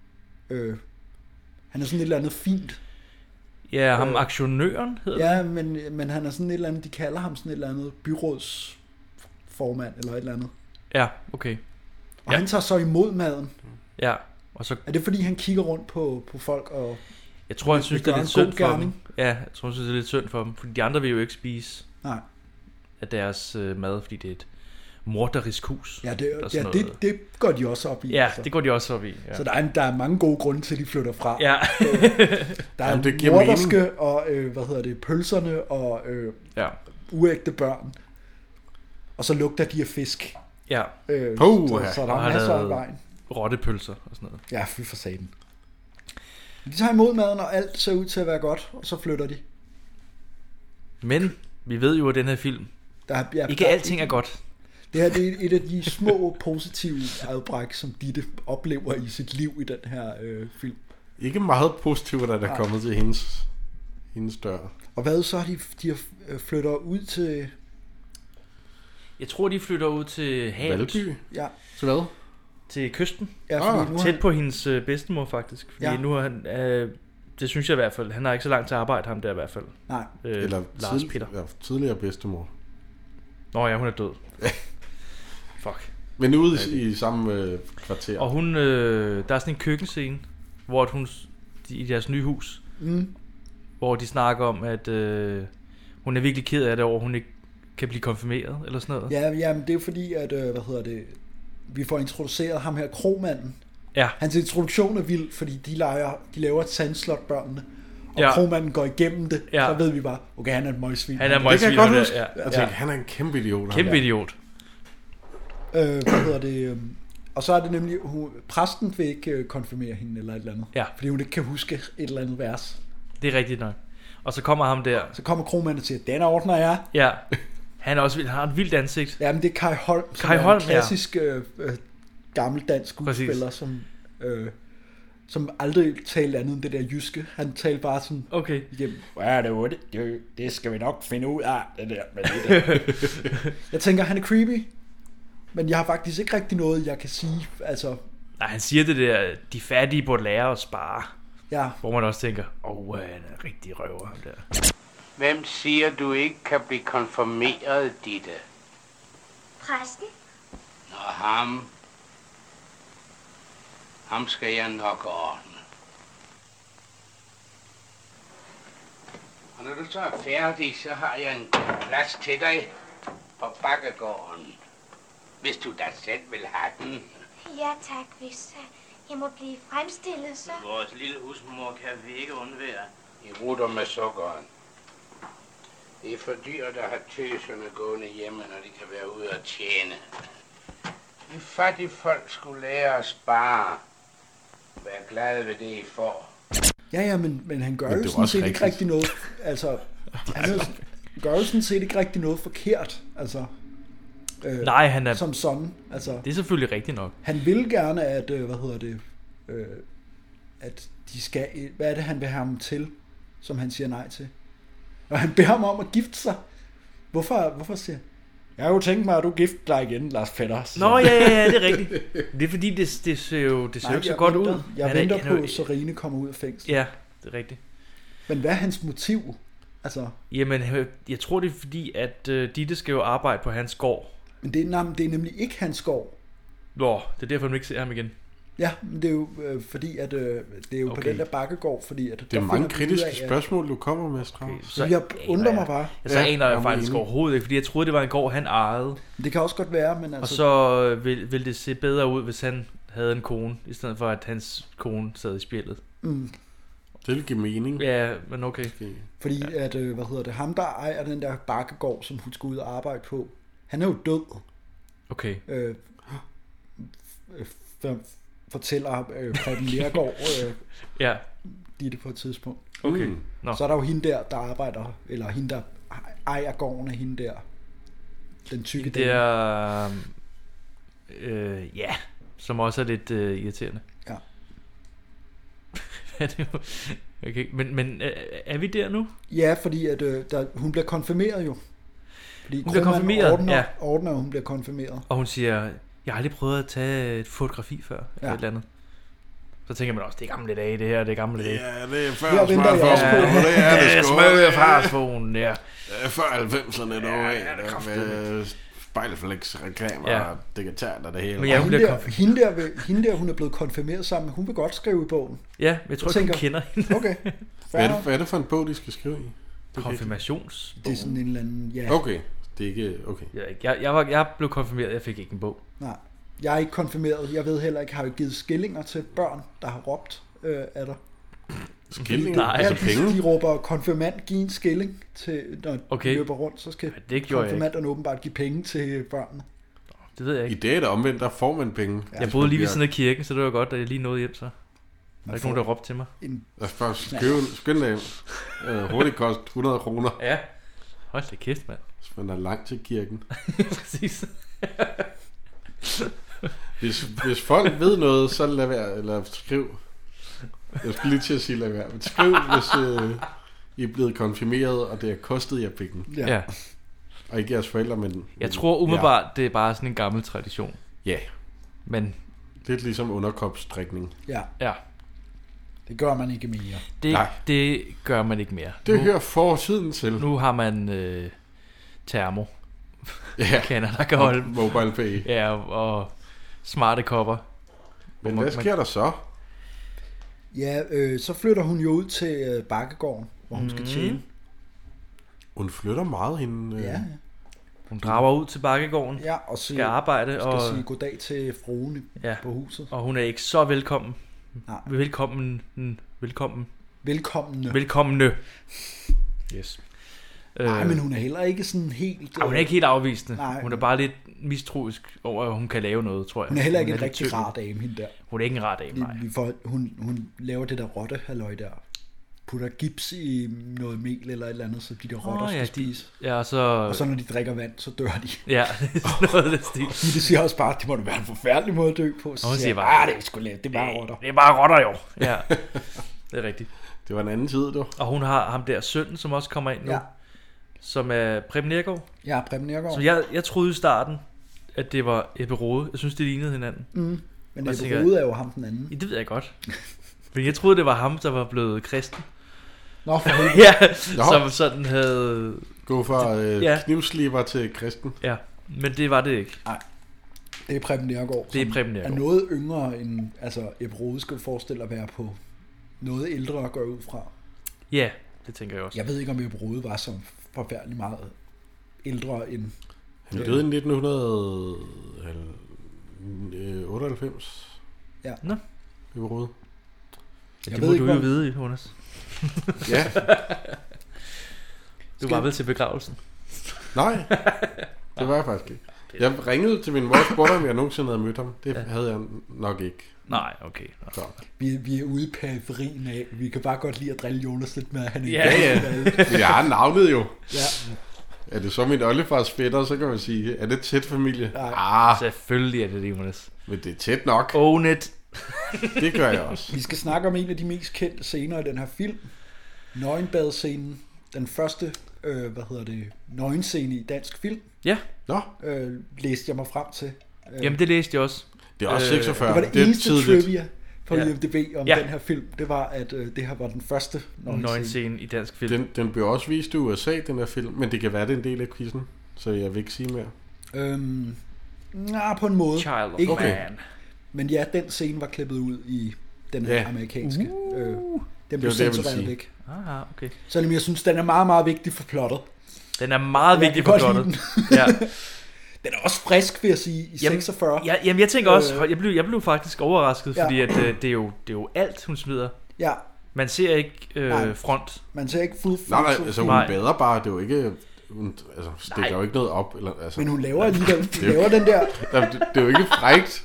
[SPEAKER 3] Han er sådan et eller andet fint.
[SPEAKER 4] Ja, ham aktionøren hedder
[SPEAKER 3] ja, men han er sådan et eller andet, de kalder ham sådan et eller andet byrådsformand eller et eller andet.
[SPEAKER 4] Ja, okay.
[SPEAKER 3] Og han tager så imod maden.
[SPEAKER 4] Ja. Og så...
[SPEAKER 3] Er det fordi han kigger rundt på folk og...
[SPEAKER 4] Jeg tror han synes det er lidt synd for dem. Ja, jeg tror han synes det er lidt synd for dem, fordi de andre vil jo ikke spise af deres mad, fordi det er et morderisk hus.
[SPEAKER 3] Ja, det går de også op i.
[SPEAKER 4] Ja, altså. Det går de også op i. Ja.
[SPEAKER 3] Så der er mange gode grunde til, at de flytter fra.
[SPEAKER 4] Ja.
[SPEAKER 3] Der er morderske og pølserne og uægte børn. Og så lugter de af fisk.
[SPEAKER 4] Ja.
[SPEAKER 3] Så der er masser af vejen.
[SPEAKER 4] Rottepølser og sådan noget.
[SPEAKER 3] Ja, fy for satan. De tager imod maden, og alt ser ud til at være godt, og så flytter de.
[SPEAKER 4] Men vi ved jo, at den her film, ikke alting er godt.
[SPEAKER 3] Det her det er et af de små positive afbræk, som Ditte oplever i sit liv i den her film.
[SPEAKER 2] Ikke meget positivt, der er kommet til hendes dør.
[SPEAKER 3] Og hvad så? De flytter ud til...
[SPEAKER 4] Jeg tror, de flytter ud til havet.
[SPEAKER 2] Valby?
[SPEAKER 3] Ja.
[SPEAKER 2] Til hvad?
[SPEAKER 4] Til kysten.
[SPEAKER 3] Ja,
[SPEAKER 4] tæt på hendes bedstemor, faktisk. Fordi nu har han... det synes jeg i hvert fald. Han har ikke så langt til arbejde, ham der i hvert fald.
[SPEAKER 3] Nej.
[SPEAKER 2] Eller
[SPEAKER 4] Lars Peter.
[SPEAKER 2] Ja, tidligere bedstemor.
[SPEAKER 4] Nå ja, hun er død. Fuck.
[SPEAKER 2] Men ude i samme kvarter.
[SPEAKER 4] Og hun... der er sådan en køkkenscene, hvor hun... I deres nye hus. Hvor de snakker om, at hun er virkelig ked af det over, hun ikke kan blive konfirmeret, eller sådan noget.
[SPEAKER 3] Ja, men det er jo fordi, at... vi får introduceret ham her, kromanden.
[SPEAKER 4] Ja.
[SPEAKER 3] Hans introduktion er vild, fordi de laver et sandslot børnene. Og kromanden går igennem det, så ved vi bare, okay, han er et møgsvin.
[SPEAKER 4] Han er møgsvin.
[SPEAKER 2] Det kan jeg godt huske. Jeg tænkte, han er en kæmpe idiot.
[SPEAKER 4] Kæmpe idiot.
[SPEAKER 3] Og så er det nemlig, præsten vil ikke konfirmere hende eller et eller andet.
[SPEAKER 4] Ja.
[SPEAKER 3] Fordi hun ikke kan huske et eller andet vers.
[SPEAKER 4] Det er rigtigt nok. Og så kommer ham der.
[SPEAKER 3] Så kommer kromanden og siger, den ordner jeg.
[SPEAKER 4] Ja. Han er også vild. Han har et vildt ansigt.
[SPEAKER 3] Ja, men det er Kai Holm, som er en klassisk gammel dansk skuespiller, som aldrig talte andet end det der jyske. Han talte bare sådan, det skal vi nok finde ud af, det der med det der. Jeg tænker, han er creepy, men jeg har faktisk ikke rigtig noget, jeg kan sige. Altså,
[SPEAKER 4] nej, han siger det der, de fattige burde lære at spare.
[SPEAKER 3] Ja.
[SPEAKER 4] Hvor man også tænker, han er rigtig røver ham der.
[SPEAKER 12] Hvem siger, du ikke kan blive konfirmeret, Ditte?
[SPEAKER 10] Præsten?
[SPEAKER 12] Nå, ham skal jeg nok ordne. Og når du så er færdig, så har jeg en plads til dig på bakkegården. Hvis du da selv vil have den.
[SPEAKER 10] Ja tak, hvis jeg må blive fremstillet, så.
[SPEAKER 9] Vores lille husmor kan vi ikke undvære.
[SPEAKER 12] I rutter med sukkeren. Det er for dyrt at have tøserne gående hjemme, når de kan være ude at tjene. De fattige folk skulle lære at spare. Vær glade ved det, I får.
[SPEAKER 3] Ja, men han gør jo sådan set ikke rigtig noget. Altså, han gør jo sådan set ikke rigtig noget forkert. Altså,
[SPEAKER 4] nej, han er...
[SPEAKER 3] Som sådan. Altså,
[SPEAKER 4] det er selvfølgelig rigtigt nok.
[SPEAKER 3] Han vil gerne, at... at de skal... Hvad er det, han vil have ham til, som han siger nej til? Og han beder ham om at gifte sig. Hvorfor siger han? Jeg har jo tænkt mig, at du gifter dig igen, Lars Petter.
[SPEAKER 4] Nå, ja, det er rigtigt. Det er fordi, det ser jo så godt ud.
[SPEAKER 3] Jeg venter på, at Serine kommer ud af fængsel.
[SPEAKER 4] Ja, det er rigtigt.
[SPEAKER 3] Men hvad er hans motiv? Altså...
[SPEAKER 4] Jamen, jeg tror, det er fordi, at Ditte skal jo arbejde på hans gård.
[SPEAKER 3] Men det er nemlig ikke hans gård.
[SPEAKER 4] Nå, det er derfor, man ikke ser ham igen.
[SPEAKER 3] Ja, men det er jo fordi, at det er jo på den der bakkegård, fordi at...
[SPEAKER 2] Det er mange kritiske spørgsmål, du kommer med, Strauss.
[SPEAKER 3] Okay, så jeg undrer mig bare.
[SPEAKER 4] Så aner jeg faktisk overhovedet ikke, fordi jeg troede, det var en gård, han ejede.
[SPEAKER 3] Det kan også godt være, men altså...
[SPEAKER 4] Og så ville det se bedre ud, hvis han havde en kone, i stedet for, at hans kone sad i spjældet.
[SPEAKER 2] Det vil give mening.
[SPEAKER 4] Ja, men okay.
[SPEAKER 3] Fordi at, ham der ejer den der bakkegård, som hun skulle ud og arbejde på, han er jo død.
[SPEAKER 4] Okay.
[SPEAKER 3] Fortæller Preben Lergaard
[SPEAKER 4] ja.
[SPEAKER 3] Ditte på et tidspunkt.
[SPEAKER 4] Okay.
[SPEAKER 3] Så er der jo hende der arbejder, eller hende der ejer gården af hende der, den tykke
[SPEAKER 4] det er som også er lidt irriterende.
[SPEAKER 3] Ja.
[SPEAKER 4] Okay. Men er vi der nu?
[SPEAKER 3] Ja, fordi at hun bliver konfirmeret jo. Fordi
[SPEAKER 4] hun bliver konfirmeret,
[SPEAKER 3] ordner, hun bliver konfirmeret.
[SPEAKER 4] Og hun siger, jeg har aldrig prøvet at tage et fotografi før, eller et eller andet. Så tænker man også, det er gamle dage, det her, det er gamle dage.
[SPEAKER 2] Ja, det er før smartphone, det er det sgu.
[SPEAKER 4] Smøge smartphone, ja.
[SPEAKER 2] Før 90'erne, med spejlflex-reklamer og digitalt og det hele.
[SPEAKER 3] Men hende der, hun er blevet konfirmeret sammen, hun vil godt skrive i bogen.
[SPEAKER 4] Ja, jeg tror ikke, hun kender hende.
[SPEAKER 3] Okay.
[SPEAKER 2] Hvad er det for en bog, de skal skrive i?
[SPEAKER 4] Konfirmations.
[SPEAKER 3] Det er sådan en eller anden,
[SPEAKER 2] Okay. Det er ikke... Okay.
[SPEAKER 4] Jeg blev konfirmeret, jeg fik ikke en bog.
[SPEAKER 3] Nej, jeg er ikke konfirmeret. Jeg ved heller ikke, har jo givet skillinger til børn, der har råbt af dig.
[SPEAKER 2] Skillinger?
[SPEAKER 4] Nej,
[SPEAKER 2] altså penge?
[SPEAKER 3] De råber, konfirmand, giv en skilling til, når de løber rundt, så skal konfirmanderne åbenbart give penge til børnene.
[SPEAKER 4] Det ved jeg ikke.
[SPEAKER 2] I dag er det omvendt, der får man penge.
[SPEAKER 4] Jeg boede lige ved siden af kirken, så det var godt, at jeg lige nåede hjem, så. Der er ikke nogen, der råbte til mig.
[SPEAKER 2] Lad os bare skynde dig hjem. Hurtigt kost 100 kroner.
[SPEAKER 4] Ja. Hold da kæft, mand.
[SPEAKER 2] Hvis man er langt til kirken.
[SPEAKER 4] Præcis.
[SPEAKER 2] hvis folk ved noget, så lad være, eller skriv. Jeg skulle lige til at sige lad være, men skriv, hvis I er blevet konfirmeret, og det har kostet jer penge.
[SPEAKER 4] Ja.
[SPEAKER 2] Og ikke jeres forældre, men...
[SPEAKER 4] Jeg tror umiddelbart, det er bare sådan en gammel tradition.
[SPEAKER 2] Ja.
[SPEAKER 4] Men...
[SPEAKER 2] Lidt ligesom underkropsstrikning.
[SPEAKER 3] Ja. Det gør man ikke mere.
[SPEAKER 4] Det gør man ikke mere.
[SPEAKER 2] Det hører fortiden til.
[SPEAKER 4] Nu har man termo.
[SPEAKER 2] Ja.
[SPEAKER 4] Kender, der kan holde.
[SPEAKER 2] Mobile pay.
[SPEAKER 4] Ja, og smarte kopper.
[SPEAKER 2] Men hvad sker der så?
[SPEAKER 3] Ja, så flytter hun jo ud til Bakkegården, hvor hun skal tjene.
[SPEAKER 2] Hun flytter meget hende.
[SPEAKER 3] Ja.
[SPEAKER 4] Hun drager ud til Bakkegården.
[SPEAKER 3] Ja, og
[SPEAKER 4] skal arbejde.
[SPEAKER 3] Skal
[SPEAKER 4] og
[SPEAKER 3] sige goddag til fruen på huset.
[SPEAKER 4] Og hun er ikke så velkommen.
[SPEAKER 3] Nej.
[SPEAKER 4] Velkommende. Yes.
[SPEAKER 3] Nej, men hun er heller ikke sådan helt...
[SPEAKER 4] hun er ikke helt afvisende.
[SPEAKER 3] Nej.
[SPEAKER 4] Hun er bare lidt mistroisk over, at hun kan lave noget, tror jeg.
[SPEAKER 3] Hun er heller ikke en rigtig rar dame, hende der.
[SPEAKER 4] Hun er ikke en rar dame, nej.
[SPEAKER 3] Hun laver det der rottehalløj der. Putter gips i noget mel eller et eller andet, så de der rotter skal spise.
[SPEAKER 4] Ja,
[SPEAKER 3] og så når de drikker vand, så dør de.
[SPEAKER 4] Ja, det er noget af det stil.
[SPEAKER 3] Det siger også bare, at det må være en forfærdelig måde at dø på. Så
[SPEAKER 4] hun siger bare,
[SPEAKER 3] det er sgu let, det er bare rotter.
[SPEAKER 4] Det er bare rotter jo. Ja, det er rigtigt.
[SPEAKER 2] Det var en anden tid, du.
[SPEAKER 4] Og hun har ham der sønnen, som også kommer ind nu. Ja. Som er Preben Neergaard.
[SPEAKER 3] Ja, Preben Neergaard.
[SPEAKER 4] Så jeg troede i starten, at det var Ebbe Rode. Jeg synes, det lignede hinanden.
[SPEAKER 3] Men Ebbe Rode er jo ham den anden.
[SPEAKER 4] Ja, det ved jeg godt. Men jeg troede, det var ham, der var blevet kristen.
[SPEAKER 3] Nå, for helvede.
[SPEAKER 4] Ja, som sådan havde...
[SPEAKER 2] Gå fra knivsliber til kristen.
[SPEAKER 4] Ja, men det var det ikke.
[SPEAKER 3] Nej, det er Preben Neergaard.
[SPEAKER 4] Det er Preben Neergaard.
[SPEAKER 3] Er noget yngre end... Altså, Ebbe Rode skal forestille at være på noget ældre at gå ud fra.
[SPEAKER 4] Ja, det tænker jeg også.
[SPEAKER 3] Jeg ved ikke, om Ebbe Rode var så forfærdelig meget ældre end...
[SPEAKER 2] Han døde i 1998.
[SPEAKER 3] Ja.
[SPEAKER 4] Nå.
[SPEAKER 2] Ebbe Rode.
[SPEAKER 4] Ja, det må du jo vide, Jonas.
[SPEAKER 2] Ja.
[SPEAKER 4] Du var vel til begravelsen?
[SPEAKER 2] Nej, det var jeg faktisk ikke. Jeg ringede til min mor og spurgte, om jeg nogensinde havde mødt ham. Det havde jeg nok ikke.
[SPEAKER 4] Nej, okay.
[SPEAKER 2] Så.
[SPEAKER 3] Vi er ude i periferien af. Vi kan bare godt lide at drille Jonas lidt med, at han ikke
[SPEAKER 2] Jeg har navnet jo.
[SPEAKER 3] Ja.
[SPEAKER 2] Er det så min oldefars fætter, så kan man sige, er det tæt familie?
[SPEAKER 4] Selvfølgelig er det, Jonas.
[SPEAKER 2] Men det er tæt nok.
[SPEAKER 4] Own it.
[SPEAKER 2] Det gør jeg også.
[SPEAKER 3] Vi skal snakke om en af de mest kendte scener i den her film. Nøgenbadscenen. Den første, nøgenscene i dansk film.
[SPEAKER 4] Ja.
[SPEAKER 2] Nå.
[SPEAKER 3] Læste jeg mig frem til.
[SPEAKER 4] Jamen, det læste jeg også.
[SPEAKER 2] Det er også 46.
[SPEAKER 3] Det var det eneste trivia på IMDb om
[SPEAKER 4] den
[SPEAKER 3] her film. Det var, at det her var den første
[SPEAKER 4] nøgenscene i dansk film.
[SPEAKER 2] Den blev også vist i USA, den her film. Men det kan være, det er en del af quizzen. Så jeg vil ikke sige mere.
[SPEAKER 3] På en måde.
[SPEAKER 4] Child of man.
[SPEAKER 3] Men ja, den scene var klippet ud i den her amerikanske. Den blev censureret væk.
[SPEAKER 4] Okay.
[SPEAKER 3] Selvom jeg synes, den er meget, meget vigtig for plottet.
[SPEAKER 4] Den er meget vigtig for plottet. Ja.
[SPEAKER 3] Den er også frisk, vil jeg sige, i 46.
[SPEAKER 4] Jamen, jeg tænker også, jeg blev faktisk overrasket, fordi at, det er jo alt, hun smider.
[SPEAKER 3] Ja.
[SPEAKER 4] Man ser ikke front.
[SPEAKER 3] Man ser ikke full front.
[SPEAKER 2] Nej, altså hun bader bare, det er jo ikke... Hun stikker jo ikke noget op. Eller, altså,
[SPEAKER 3] men hun laver alligevel, den der...
[SPEAKER 2] Det er jo ikke frækt.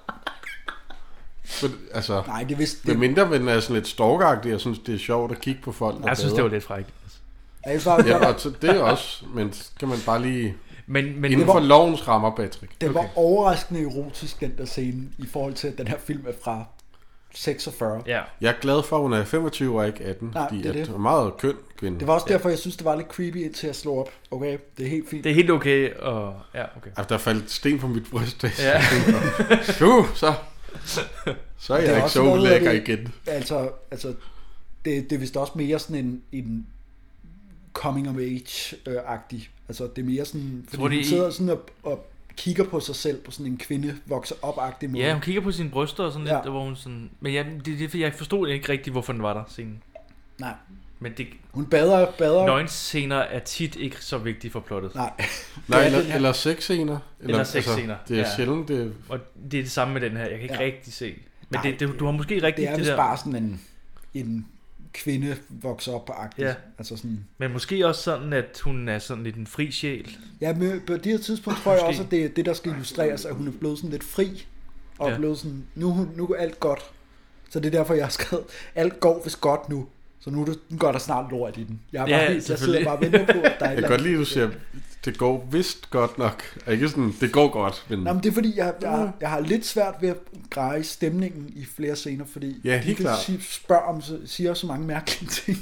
[SPEAKER 2] Men, altså,
[SPEAKER 3] nej, det vidste
[SPEAKER 2] det mindre, men er sådan lidt stalkeragtigt. Jeg synes, det er sjovt at kigge på folk.
[SPEAKER 4] Jeg synes, det var lidt frækt.
[SPEAKER 2] Det er også, men kan man bare lige...
[SPEAKER 4] Men
[SPEAKER 2] inden for lovens rammer, Patrick.
[SPEAKER 3] Det var overraskende erotisk, den der scene, i forhold til, at den her film er fra 46.
[SPEAKER 4] Ja.
[SPEAKER 2] Jeg er glad for, at hun er 25 og ikke 18.
[SPEAKER 3] Nej,
[SPEAKER 2] det er en meget køn kvinde.
[SPEAKER 3] Det var også derfor, jeg synes, det var lidt creepy indtil jeg slog op. Okay, det er helt fint.
[SPEAKER 4] Det er helt okay. Og... Ja, okay.
[SPEAKER 2] Altså, der faldt sten på mit bryst.
[SPEAKER 4] Ja.
[SPEAKER 2] Så er jeg ikke så ulækker igen.
[SPEAKER 3] Altså det er vist også mere sådan en coming of age-agtig. Altså, det er mere sådan... Fordi hun sidder sådan og kigger på sig selv på sådan en kvinde vokser op-agtig måde.
[SPEAKER 4] Ja, hun kigger på sine bryster og sådan lidt, hvor hun sådan... Men jeg forstod ikke rigtig, hvorfor den var der, scenen.
[SPEAKER 3] Nej.
[SPEAKER 4] Men det,
[SPEAKER 3] hun bader.
[SPEAKER 4] Nøgenscener er tit ikke så vigtige for plottet.
[SPEAKER 2] Nej, eller sexscener.
[SPEAKER 4] Eller sexscener.
[SPEAKER 2] Det er sjældent, det...
[SPEAKER 4] Og det er det samme med den her. Jeg kan ikke rigtig se. Men du har måske rigtigt
[SPEAKER 3] det er
[SPEAKER 4] det der...
[SPEAKER 3] bare sådan en kvinde vokser op på agtigt.
[SPEAKER 4] Ja.
[SPEAKER 3] Altså sådan...
[SPEAKER 4] Men måske også sådan, at hun er sådan lidt en fri sjæl.
[SPEAKER 3] Ja, men på det her tidspunkt tror jeg også, at det er det, der skal illustreres, at hun er blevet sådan lidt fri. Og blevet sådan, nu er alt godt. Så det er derfor, jeg har skrevet, alt går vist godt nu. Så nu går der snart lort i den. Jeg sidder bare og venter på, at der er
[SPEAKER 2] jeg kan godt lide, at du siger, det går vist godt nok. Ikke sådan, det går godt. Men...
[SPEAKER 3] Nå, men det er fordi, jeg har lidt svært ved at greje stemningen i flere scener, fordi siger så mange mærkelige ting.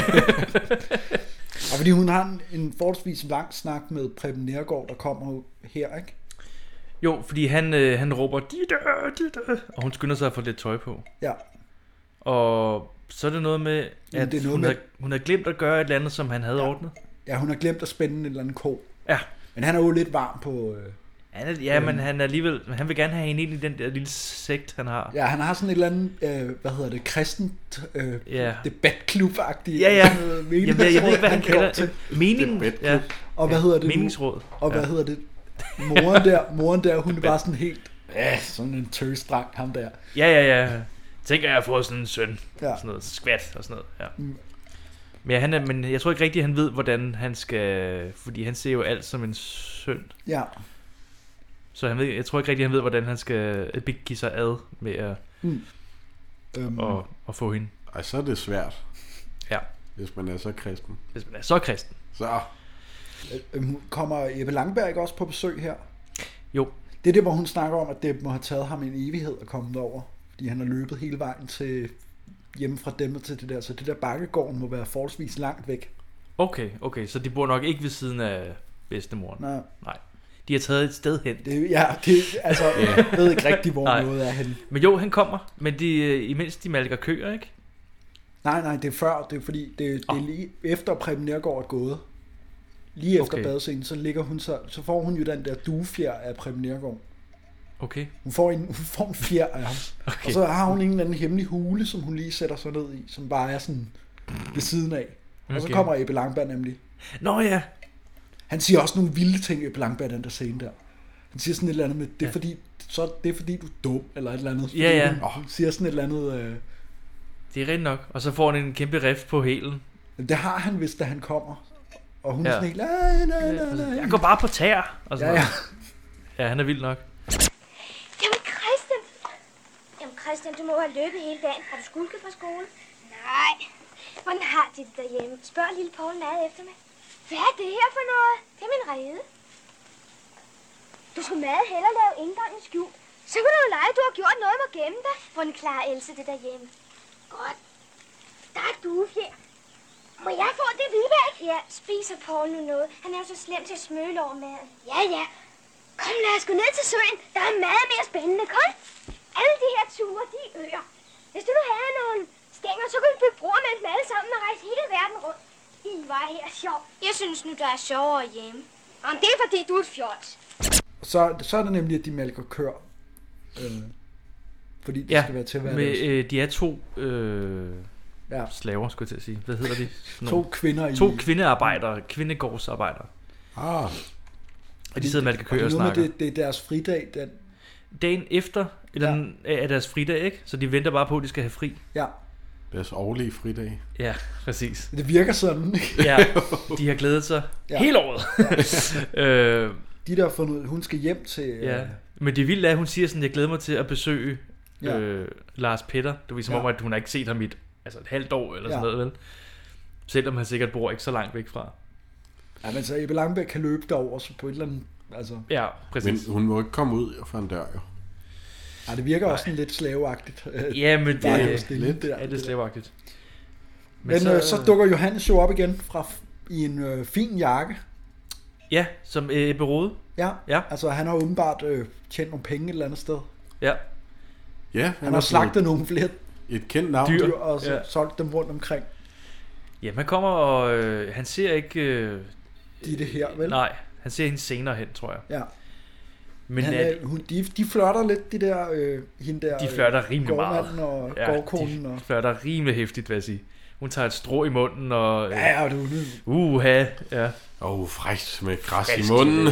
[SPEAKER 3] Og fordi hun har en forholdsvis lang snak med Preben Neergaard, der kommer her, ikke?
[SPEAKER 4] Jo, fordi han råber, Ditte, og hun skynder sig at få lidt tøj på.
[SPEAKER 3] Ja.
[SPEAKER 4] Og så er det noget med, at hun havde glemt at gøre et eller andet, som han havde ordnet.
[SPEAKER 3] Ja, hun har glemt at spænde en eller anden ko.
[SPEAKER 4] Ja.
[SPEAKER 3] Men han er jo lidt varm på...
[SPEAKER 4] men han vil gerne have hende ind i den der lille sekt, han har.
[SPEAKER 3] Ja, han har sådan et eller andet, kristent debatklub-agtigt.
[SPEAKER 4] Ja. Jeg ved ikke, hvad han kalder det.
[SPEAKER 3] Ja. Og hvad hedder det?
[SPEAKER 4] Meningsråd.
[SPEAKER 3] Og hvad hedder det? Moren der, hun er bare sådan helt... sådan en tøsdrang, ham der.
[SPEAKER 4] Ja. Tænker jeg at få sådan en søn. Ja. Sådan noget skvat og sådan noget. Ja. Men jeg tror ikke rigtigt, han ved, hvordan han skal... Fordi han ser jo alt som en søn.
[SPEAKER 3] Ja.
[SPEAKER 4] Så jeg tror ikke rigtigt, han ved, hvordan han skal give sig ad med at at få hende.
[SPEAKER 2] Ej, så er det svært.
[SPEAKER 4] Ja.
[SPEAKER 2] Hvis man er så kristen.
[SPEAKER 3] Så. Kommer Ebbe Langberg også på besøg her?
[SPEAKER 4] Jo.
[SPEAKER 3] Det er det, hvor hun snakker om, at det må have taget ham en evighed at komme derover. Fordi han har løbet hele vejen til hjemme fra dem til det der. Så det der bakkegården må være forholdsvis langt væk.
[SPEAKER 4] Okay. Så de bor nok ikke ved siden af bedstemoren. Nej. De har taget et sted hen.
[SPEAKER 3] Jeg ved ikke rigtig, hvor noget er henne.
[SPEAKER 4] Men jo, han kommer. Men imens de malker køer, ikke?
[SPEAKER 3] Nej, det er før. Det er fordi, det er lige efter Preben Neergaard er gået. Lige efter badescenen, så ligger hun så får hun jo den der duefjer af Preben Neergaard.
[SPEAKER 4] Okay.
[SPEAKER 3] Hun får en fjer af ham. Okay. Og så har hun en eller anden hemmelig hule, som hun lige sætter sig ned i, som bare er sådan ved siden af. Og så kommer Ebbe Langberg nemlig.
[SPEAKER 4] Nå ja.
[SPEAKER 3] Han siger også nogle vilde ting, Ebbe Langberg, den der scene der. Han siger sådan et eller andet med, det er fordi du er dum, eller et eller andet.
[SPEAKER 4] Ja.
[SPEAKER 3] Han siger sådan et eller andet...
[SPEAKER 4] Det er rent nok. Og så får han en kæmpe rift på hælen.
[SPEAKER 3] Det har han, hvis da han kommer. Og hun er sådan helt... Nej.
[SPEAKER 4] Jeg går bare på tæer. Og
[SPEAKER 3] ja.
[SPEAKER 4] Ja, han er vild nok.
[SPEAKER 13] Jamen Christian, du må have løbet hele dagen. Har du skulket fra skole? Nej. Hvordan har de det derhjemme? Spørg lille Poul meget efter mig. Hvad er det her for noget? Det er min rede. Du skulle meget hellere lave indgangen skjult. Så kan du jo lege, du har gjort noget med at gemme dig. Hvordan klarer Else det derhjemme? Godt. Der er duefjer. Må jeg få det vildbæk? Ja, spiser Poul nu noget. Han er jo så slem til at smøle over maden. Ja. Kom, lad os gå ned til søen. Der er meget mere spændende. Kom. Alle de her ture, de er øer. Hvis du nu havde nogle stænger, så kunne vi bygge broer mellem dem alle sammen og rejse hele verden rundt. I var her sjov. Jeg synes nu, der er sjovere hjemme. Og det er fordi, du er et fjols.
[SPEAKER 3] Så er det nemlig, at de malker køer. Fordi det skal være til hverdags.
[SPEAKER 4] De er to slaver, skulle jeg til at sige. Hvad hedder de?
[SPEAKER 3] To
[SPEAKER 4] kvindearbejdere. Kvindegårdsarbejdere. Og de sidder og malker køer og snakker.
[SPEAKER 3] Det er deres fridag.
[SPEAKER 4] Dagen efter er deres fridag, ikke? Så de venter bare på, at de skal have fri.
[SPEAKER 3] Ja.
[SPEAKER 2] Deres årlige fridag.
[SPEAKER 4] Ja, præcis.
[SPEAKER 3] Det virker sådan.
[SPEAKER 4] Ja, de har glædet sig hele året.
[SPEAKER 3] De der har fundet ud, hun skal hjem til...
[SPEAKER 4] Ja, men det vilde er, at hun siger sådan, jeg glæder mig til at besøge Lars Petter. Du ved som om, at hun har ikke set ham i et halvt år eller sådan noget, vel? Selvom han sikkert bor ikke så langt væk fra.
[SPEAKER 3] Ja, men så Ebbe Langberg kan løbe derover så på et eller andet... Altså.
[SPEAKER 4] Ja, præcis.
[SPEAKER 2] Men hun må ikke komme ud fra en dør, jo.
[SPEAKER 3] Ja, det virker også sådan lidt slaveagtigt.
[SPEAKER 4] Ja, men det er lidt slaveagtigt.
[SPEAKER 3] Men så dukker Johannes jo op igen i en fin jakke.
[SPEAKER 4] Ja, som Ebbe Rode.
[SPEAKER 3] Ja, altså han har åbenbart tjent nogle penge et eller andet sted.
[SPEAKER 4] Ja.
[SPEAKER 2] Ja,
[SPEAKER 3] han har slagtet nogle flere
[SPEAKER 2] et kendt navn
[SPEAKER 3] dyr og så solgt dem rundt omkring.
[SPEAKER 4] Ja, man kommer og han ser ikke
[SPEAKER 3] det her, vel?
[SPEAKER 4] Nej, han ser hende senere hen, tror jeg.
[SPEAKER 3] Ja. Men de flørter lidt, de der hende der.
[SPEAKER 4] De flørter rimelig meget.
[SPEAKER 3] Og gårdkonen.
[SPEAKER 4] De flørter rimelig hæftigt, vil jeg sige. Hun tager et strå i munden og...
[SPEAKER 3] Ja, du...
[SPEAKER 4] ja.
[SPEAKER 2] Frækt med græs i munden.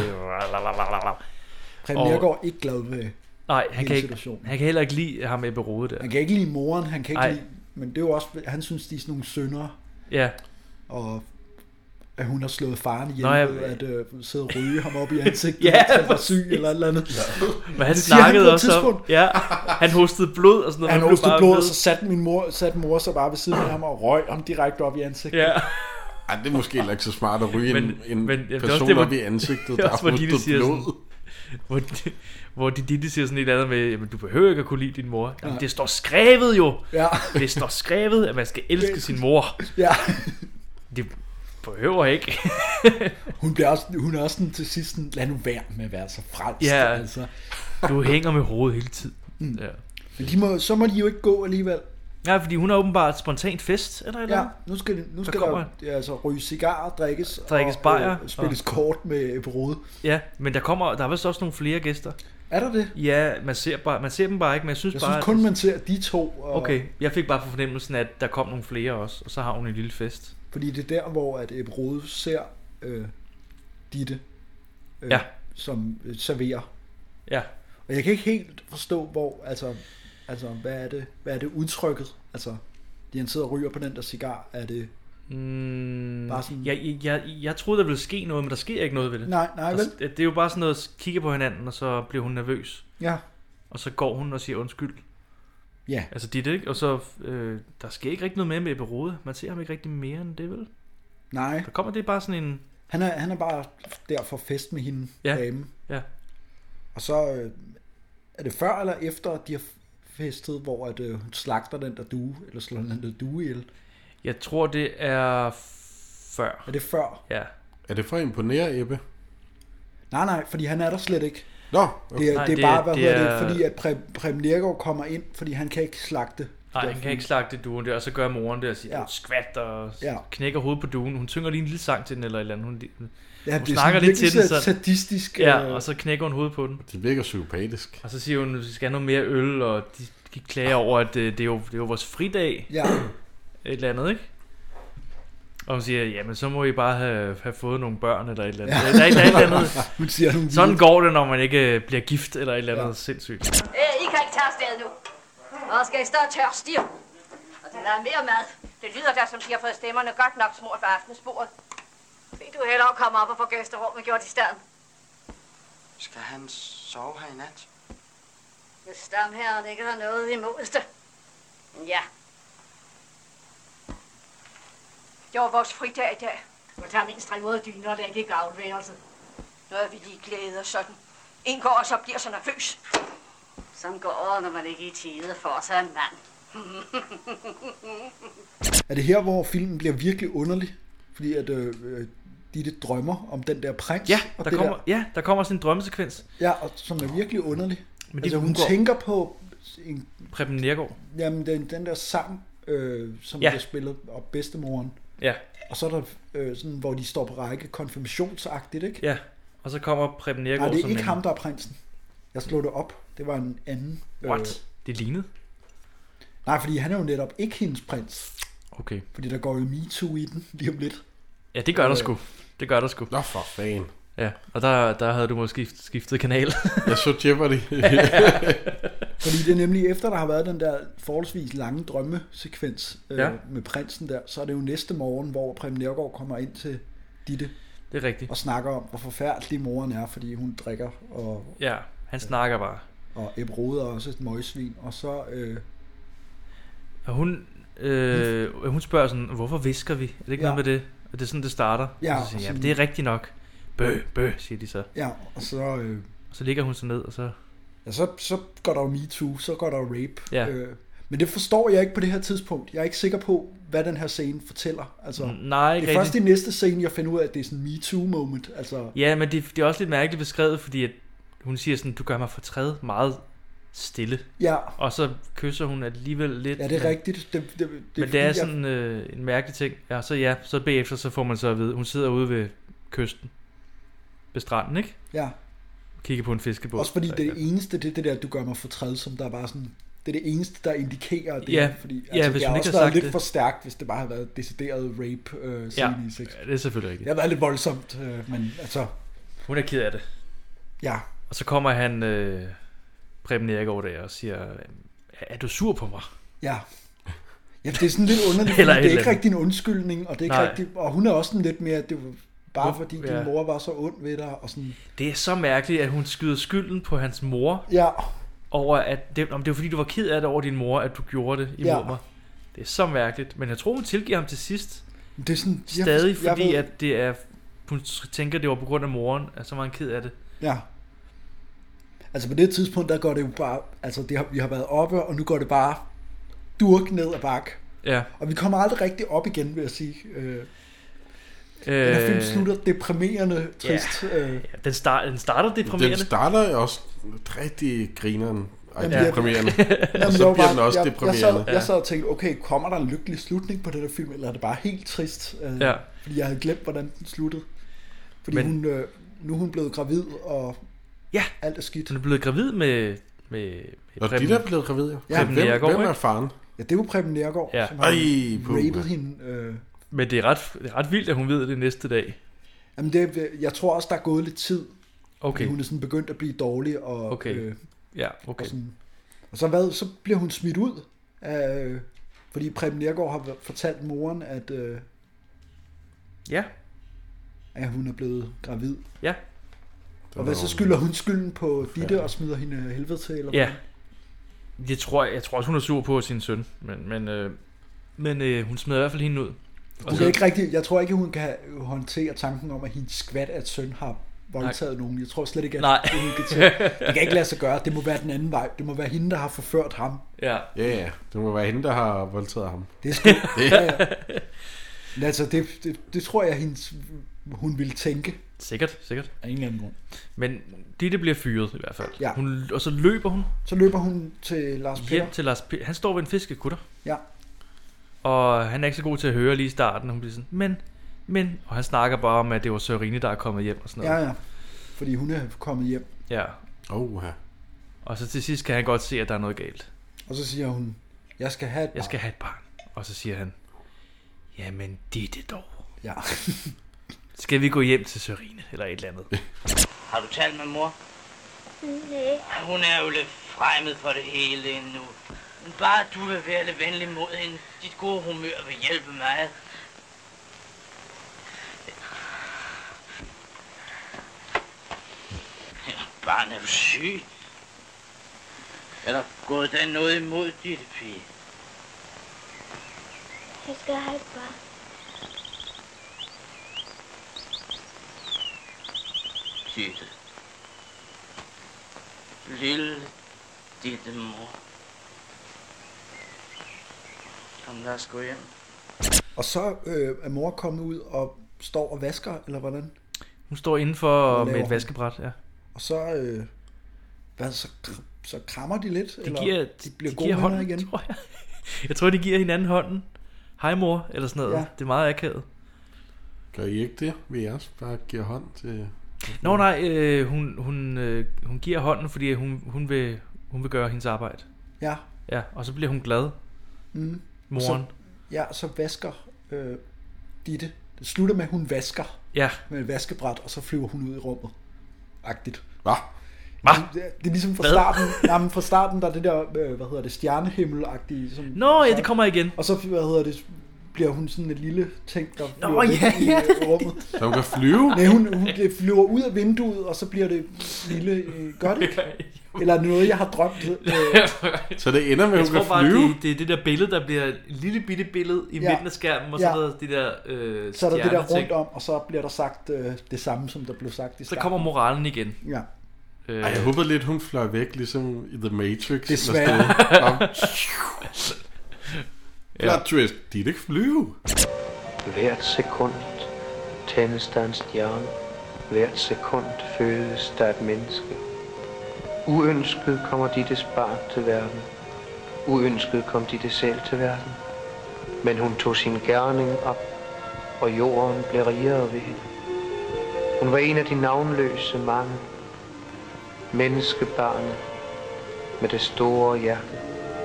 [SPEAKER 3] Preben Neergaard ikke glad ved
[SPEAKER 4] han kan heller ikke lide ham Ebbe Rode der.
[SPEAKER 3] Han kan ikke lide moren, han kan ikke lide... Men det er jo også... Han synes, de er sådan nogle syndere.
[SPEAKER 4] Ja.
[SPEAKER 3] Og at hun har slået faren ihjel ved at sidde og ryge ham op i ansigtet, og var syg eller et eller andet.
[SPEAKER 4] Men han snakkede også om... Ja, han hostede blod og sådan noget.
[SPEAKER 3] Han hostede blod, og så satte mor så bare ved siden af ham og røg ham direkte op i ansigtet.
[SPEAKER 2] Ja. Ej, det er måske ikke så smart at ryge en person op i ansigtet, der har hostet blod.
[SPEAKER 4] Hvor de siger sådan et eller andet med, jamen, du behøver ikke at kunne lide din mor. Jamen, det står skrevet jo. Ja. Det står skrevet, at man skal elske sin mor.
[SPEAKER 3] Ja.
[SPEAKER 4] Det behøver ikke.
[SPEAKER 3] Hun er også sådan til sidst sådan, lad nu være med at være så frelst.
[SPEAKER 4] Ja, altså. Du hænger med hovedet hele tiden. Ja.
[SPEAKER 3] Men så må de jo ikke gå alligevel.
[SPEAKER 4] Ja, fordi hun har åbenbart spontant fest, eller eller?
[SPEAKER 3] Ja, nu skal der altså ryge cigarer, drikkes
[SPEAKER 4] bajer,
[SPEAKER 3] og spilles kort med Ebbe Rode.
[SPEAKER 4] Ja, men der er vist også nogle flere gæster.
[SPEAKER 3] Er der det?
[SPEAKER 4] Ja, man ser dem bare ikke, men jeg synes
[SPEAKER 3] kun man ser de to.
[SPEAKER 4] Okay, jeg fik bare fornemmelsen, at der kom nogle flere også, og så har hun en lille fest.
[SPEAKER 3] Fordi det er der, hvor at Ebbe Rode ser Ditte, som serverer.
[SPEAKER 4] Ja.
[SPEAKER 3] Og jeg kan ikke helt forstå, hvor, altså hvad er det udtrykket? Altså, de han sidder og ryger på den der cigar, er det bare sådan...
[SPEAKER 4] Jeg troede, der ville ske noget, men der sker ikke noget ved det.
[SPEAKER 3] Nej, vel?
[SPEAKER 4] Det er jo bare sådan noget, at kigge på hinanden, og så bliver hun nervøs.
[SPEAKER 3] Ja.
[SPEAKER 4] Og så går hun og siger undskyld.
[SPEAKER 3] Ja.
[SPEAKER 4] Altså det ikke? Og så, der sker ikke rigtig noget med Ebbe Rode. Man ser ham ikke rigtig mere end det, vel?
[SPEAKER 3] Nej.
[SPEAKER 4] Der kommer det bare sådan en...
[SPEAKER 3] Han er bare der for fest med hende, dame.
[SPEAKER 4] Ja.
[SPEAKER 3] Og så er det før eller efter, de har festet, hvor at hun slagter den der due, eller slår den der due ihjel.
[SPEAKER 4] Jeg tror, det er før.
[SPEAKER 3] Er det før?
[SPEAKER 4] Ja.
[SPEAKER 2] Er det for at imponere Ebbe?
[SPEAKER 3] Nej, fordi han er der slet ikke.
[SPEAKER 2] Nå,
[SPEAKER 3] okay. Det er bare, fordi at Preben Neergaard kommer ind, fordi han kan ikke slagte.
[SPEAKER 4] Nej, han kan ikke slagte duen der, og så gør moren det og siger, skvat og knækker hovedet på duen. Hun synger lige en lille sang til den, eller et eller andet. Hun snakker lidt til den, så
[SPEAKER 3] sadistisk.
[SPEAKER 4] Ja, og så knækker hun hovedet på den.
[SPEAKER 2] Det virker psykopatisk.
[SPEAKER 4] Og så siger hun, at vi skal have noget mere øl, og de klager over, at det er jo vores fridag.
[SPEAKER 3] Ja.
[SPEAKER 4] Et eller andet, ikke? Og hun siger, jamen så må I bare have fået nogle børn eller et eller andet. Der er et eller andet. Sådan går det, når man ikke bliver gift eller et eller andet sindssygt.
[SPEAKER 14] I kan ikke tage afsted nu. Og skal I stå tørstige. Og der er mere mad. Det lyder der, som de har fået stemmerne godt nok smurt for aftensbordet. Vil du hellere komme op og få gæsterummet gjort i stedet?
[SPEAKER 15] Skal han sove her i nat?
[SPEAKER 14] Hvis stamherren ikke har noget imod det. Ja. Det var vores fridag i dag. Vi tager mindst 3 måder dyner og lægge i gavlværelset. Noget vi lige glæder sådan. En går og så bliver så nervøs. Sådan går når man ikke i tide får sig en mand.
[SPEAKER 3] Er det her, hvor filmen bliver virkelig underlig? Fordi at Ditte drømmer om den der prins.
[SPEAKER 4] Ja, der kommer sådan en drømmesekvens.
[SPEAKER 3] Ja, og som er virkelig underlig. Men altså, hun tænker på
[SPEAKER 4] Preben Neergaard.
[SPEAKER 3] Jamen, den der sang, som bliver spillet af bedstemoren.
[SPEAKER 4] Ja.
[SPEAKER 3] Og så er der sådan, hvor de står på række, konfirmationsagtigt, ikke?
[SPEAKER 4] Ja, og så kommer Preben Neergaard.
[SPEAKER 3] Nej, det er ikke ham, der er prinsen. Jeg slog det op. Det var en anden.
[SPEAKER 4] What? Det lignede?
[SPEAKER 3] Nej, fordi han er jo netop ikke hendes prins.
[SPEAKER 4] Okay.
[SPEAKER 3] Fordi der går jo MeToo i den lige om lidt.
[SPEAKER 4] Ja, det gør der sgu. Det gør der sgu.
[SPEAKER 2] Nå for fan.
[SPEAKER 4] Ja, og der havde du måske skiftet kanal.
[SPEAKER 2] Jeg så Jeopardy.
[SPEAKER 3] Fordi det er nemlig efter, der har været den der forholdsvis lange drømmesekvens med prinsen der, så er det jo næste morgen, hvor Preben Neergaard kommer ind til Ditte.
[SPEAKER 4] Det er rigtigt.
[SPEAKER 3] Og snakker om, hvor forfærdelig moren er, fordi hun drikker. Og,
[SPEAKER 4] ja, han snakker bare.
[SPEAKER 3] Og Ebbe Rode er også et møgsvin. Og så...
[SPEAKER 4] Og hun spørger sådan, hvorfor visker vi? Er det ikke noget med det? Og det er sådan, det starter.
[SPEAKER 3] Ja,
[SPEAKER 4] og så siger, det er rigtigt nok. Bøh, siger de så.
[SPEAKER 3] Ja, og så...
[SPEAKER 4] så ligger hun så ned, og så...
[SPEAKER 3] Ja, så går der jo MeToo, så går der jo rape.
[SPEAKER 4] Ja.
[SPEAKER 3] Men det forstår jeg ikke på det her tidspunkt. Jeg er ikke sikker på, hvad den her scene fortæller. Altså,
[SPEAKER 4] nej,
[SPEAKER 3] det er først i næste scene, jeg finder ud af, at det er sådan en MeToo-moment. Altså...
[SPEAKER 4] Ja, men det er også lidt mærkeligt beskrevet, fordi at hun siger sådan, du gør mig fortræd meget stille.
[SPEAKER 3] Ja.
[SPEAKER 4] Og så kysser hun alligevel lidt.
[SPEAKER 3] Ja, det er rigtigt.
[SPEAKER 4] Men det er sådan en mærkelig ting. Ja, så bagefter så får man så at vide, hun sidder ude ved kysten. Ved stranden, ikke?
[SPEAKER 3] Ja.
[SPEAKER 4] Kigger på en fiskebåd.
[SPEAKER 3] Også fordi det eneste, det der, du gør mig fortræd, som der er bare sådan det er det eneste, der indikerer det.
[SPEAKER 4] Ja,
[SPEAKER 3] fordi
[SPEAKER 4] ja, hvis
[SPEAKER 3] det
[SPEAKER 4] hun
[SPEAKER 3] har
[SPEAKER 4] ikke
[SPEAKER 3] også
[SPEAKER 4] har
[SPEAKER 3] været
[SPEAKER 4] sagt
[SPEAKER 3] lidt for stærkt, hvis det bare havde været decideret rape scene i sex.
[SPEAKER 4] Ja, det er selvfølgelig rigtigt.
[SPEAKER 3] Det har været lidt voldsomt, men altså...
[SPEAKER 4] Hun er ked af det.
[SPEAKER 3] Ja.
[SPEAKER 4] Og så kommer han, Preben Erik der og siger, er du sur på mig?
[SPEAKER 3] Ja. Ja, det er sådan lidt underligt, fordi det er ikke rigtig en undskyldning, og det er ikke rigtig, og hun er også sådan lidt mere, det var bare fordi din mor var så ond ved dig, og sådan.
[SPEAKER 4] Det er så mærkeligt, at hun skyder skylden på hans mor.
[SPEAKER 3] Ja.
[SPEAKER 4] Over at det var fordi du var ked af det over din mor, at du gjorde det imod mig. Det er så mærkeligt, men jeg tror hun tilgiver ham til sidst.
[SPEAKER 3] Det er sådan
[SPEAKER 4] stadig fordi at det er, hun tænker det var på grund af moren, at så var han ked af det.
[SPEAKER 3] Ja. Altså på det tidspunkt der går det jo bare, altså vi har været oppe, og nu går det bare durk ned ad bakke.
[SPEAKER 4] Ja.
[SPEAKER 3] Og vi kommer aldrig rigtig op igen, vil jeg sige. Den her film slutter deprimerende, trist.
[SPEAKER 4] Den starter deprimerende.
[SPEAKER 2] Den starter også rigtig grineren og deprimerende. Og så bliver den også deprimerende.
[SPEAKER 3] Jeg sad og tænkte, okay, kommer der en lykkelig slutning på den her film, eller er det bare helt trist? Fordi jeg havde glemt, hvordan den sluttede. Fordi nu er hun blevet gravid, og alt er skidt.
[SPEAKER 4] Hun er blevet gravid med
[SPEAKER 2] og de der er blevet gravid,
[SPEAKER 4] ja.
[SPEAKER 2] Hvem er faren?
[SPEAKER 3] Ja, det var Preben Neergaard, som har raped hende.
[SPEAKER 4] Men det er ret vildt, at hun ved det næste dag.
[SPEAKER 3] Jamen jeg tror også, der er gået lidt tid. Okay. Hun er sådan begyndt at blive dårlig. Og,
[SPEAKER 4] okay.
[SPEAKER 3] Og så bliver hun smidt ud. Fordi Preben Neergaard har fortalt moren, at hun er blevet gravid.
[SPEAKER 4] Ja.
[SPEAKER 3] Og hvad så skylder hun skylden på Ditte og smider hende helvede til? Eller
[SPEAKER 4] ja. Jeg tror også, hun er sur på sin søn. Men hun smider i hvert fald hende ud.
[SPEAKER 3] Jeg tror ikke, hun kan håndtere tanken om, at hendes skvat af et søn har voldtaget nogen. Jeg tror slet ikke, at det hun kan til. Det kan ikke lade sig gøre. Det må være den anden vej. Det må være hende, der har forført ham.
[SPEAKER 2] Ja, det må være hende, der har voldtaget ham.
[SPEAKER 3] Det er sgu. Men altså, det tror jeg, hun ville tænke.
[SPEAKER 4] Sikkert.
[SPEAKER 3] Af ingen anden grund.
[SPEAKER 4] Men Ditte bliver fyret i hvert fald.
[SPEAKER 3] Ja.
[SPEAKER 4] Og så løber hun.
[SPEAKER 3] Så løber hun til Lars Peter.
[SPEAKER 4] Hjem til Lars Peter. Han står ved en fiskekutter.
[SPEAKER 3] Ja.
[SPEAKER 4] Og han er ikke så god til at høre lige i starten. Hun bliver sådan, men. Og han snakker bare om, at det var Sørine, der er kommet hjem og sådan noget.
[SPEAKER 3] Ja. Fordi hun er kommet hjem.
[SPEAKER 4] Ja.
[SPEAKER 2] Ja.
[SPEAKER 4] Og så til sidst kan han godt se, at der er noget galt.
[SPEAKER 3] Og så siger hun, jeg skal have et barn.
[SPEAKER 4] Og så siger han, jamen Ditte dog.
[SPEAKER 3] Ja.
[SPEAKER 4] Skal vi gå hjem til Sørine eller et eller andet?
[SPEAKER 9] Har du talt med mor?
[SPEAKER 13] Nej.
[SPEAKER 9] Hun er jo lidt fremmed for det hele endnu. Men bare du vil være lidt venlig mod hende. Dit gode humør vil hjælpe mig. Ja, barn er du syg? Eller gået der noget imod dit pige?
[SPEAKER 13] Jeg skal have et barn.
[SPEAKER 9] Ditte. Lille Ditte mor. Kom, lad os gå hjem.
[SPEAKER 3] Og så er mor kommet ud og står og vasker, eller hvordan?
[SPEAKER 4] Hun står indenfor med et vaskebræt, ja.
[SPEAKER 3] Og så, så krammer de lidt?
[SPEAKER 4] De bliver gode hånden igen? Tror jeg. Jeg tror, de giver hinanden hånden. Hej mor, eller sådan noget. Ja. Det er meget akavet.
[SPEAKER 2] Gør I ikke det? Vil I også bare give hånd til...
[SPEAKER 4] Nå nej, hun giver hånden, fordi hun vil gøre hendes arbejde.
[SPEAKER 3] Ja.
[SPEAKER 4] Ja, og så bliver hun glad. Moren.
[SPEAKER 3] Så vasker Ditte. Det slutter med, at hun vasker med et vaskebræt, og så flyver hun ud i rummet. Agtigt.
[SPEAKER 2] Hvad?
[SPEAKER 3] Det er ligesom fra starten. Jamen fra starten, der er det der, stjernehimmel-agtige.
[SPEAKER 4] Nå, ja, det kommer igen.
[SPEAKER 3] Og så, bliver hun sådan et lille ting, der flyver i rummet.
[SPEAKER 2] Så hun kan flyve?
[SPEAKER 3] Nej, hun flyver ud af vinduet, og så bliver det lille... Gør det ikke? Eller er det noget, jeg har drømt?
[SPEAKER 2] Så det ender med, at hun kan flyve?
[SPEAKER 4] Det er det der billede, der bliver et lille bitte billede i midten af skærmen, og så er der det der
[SPEAKER 3] så er der det der rundt om, og så bliver der sagt det samme, som der blev sagt i starten.
[SPEAKER 4] Så kommer moralen igen.
[SPEAKER 3] Ja.
[SPEAKER 2] Jeg håber lidt, hun fløj væk, ligesom i The Matrix.
[SPEAKER 3] Desværre.
[SPEAKER 2] Plot twist. De ikke flyve.
[SPEAKER 5] Hvert sekund tændes der en stjerne. Hvert sekund fødes der et menneske. Uønsket kommer Dittes barn til verden. Uønsket kom Ditte selv til verden. Men hun tog sin gerning op, og jorden blev rigere ved hende. Hun var en af de navnløse mange. Menneskebarnet med det store hjerte.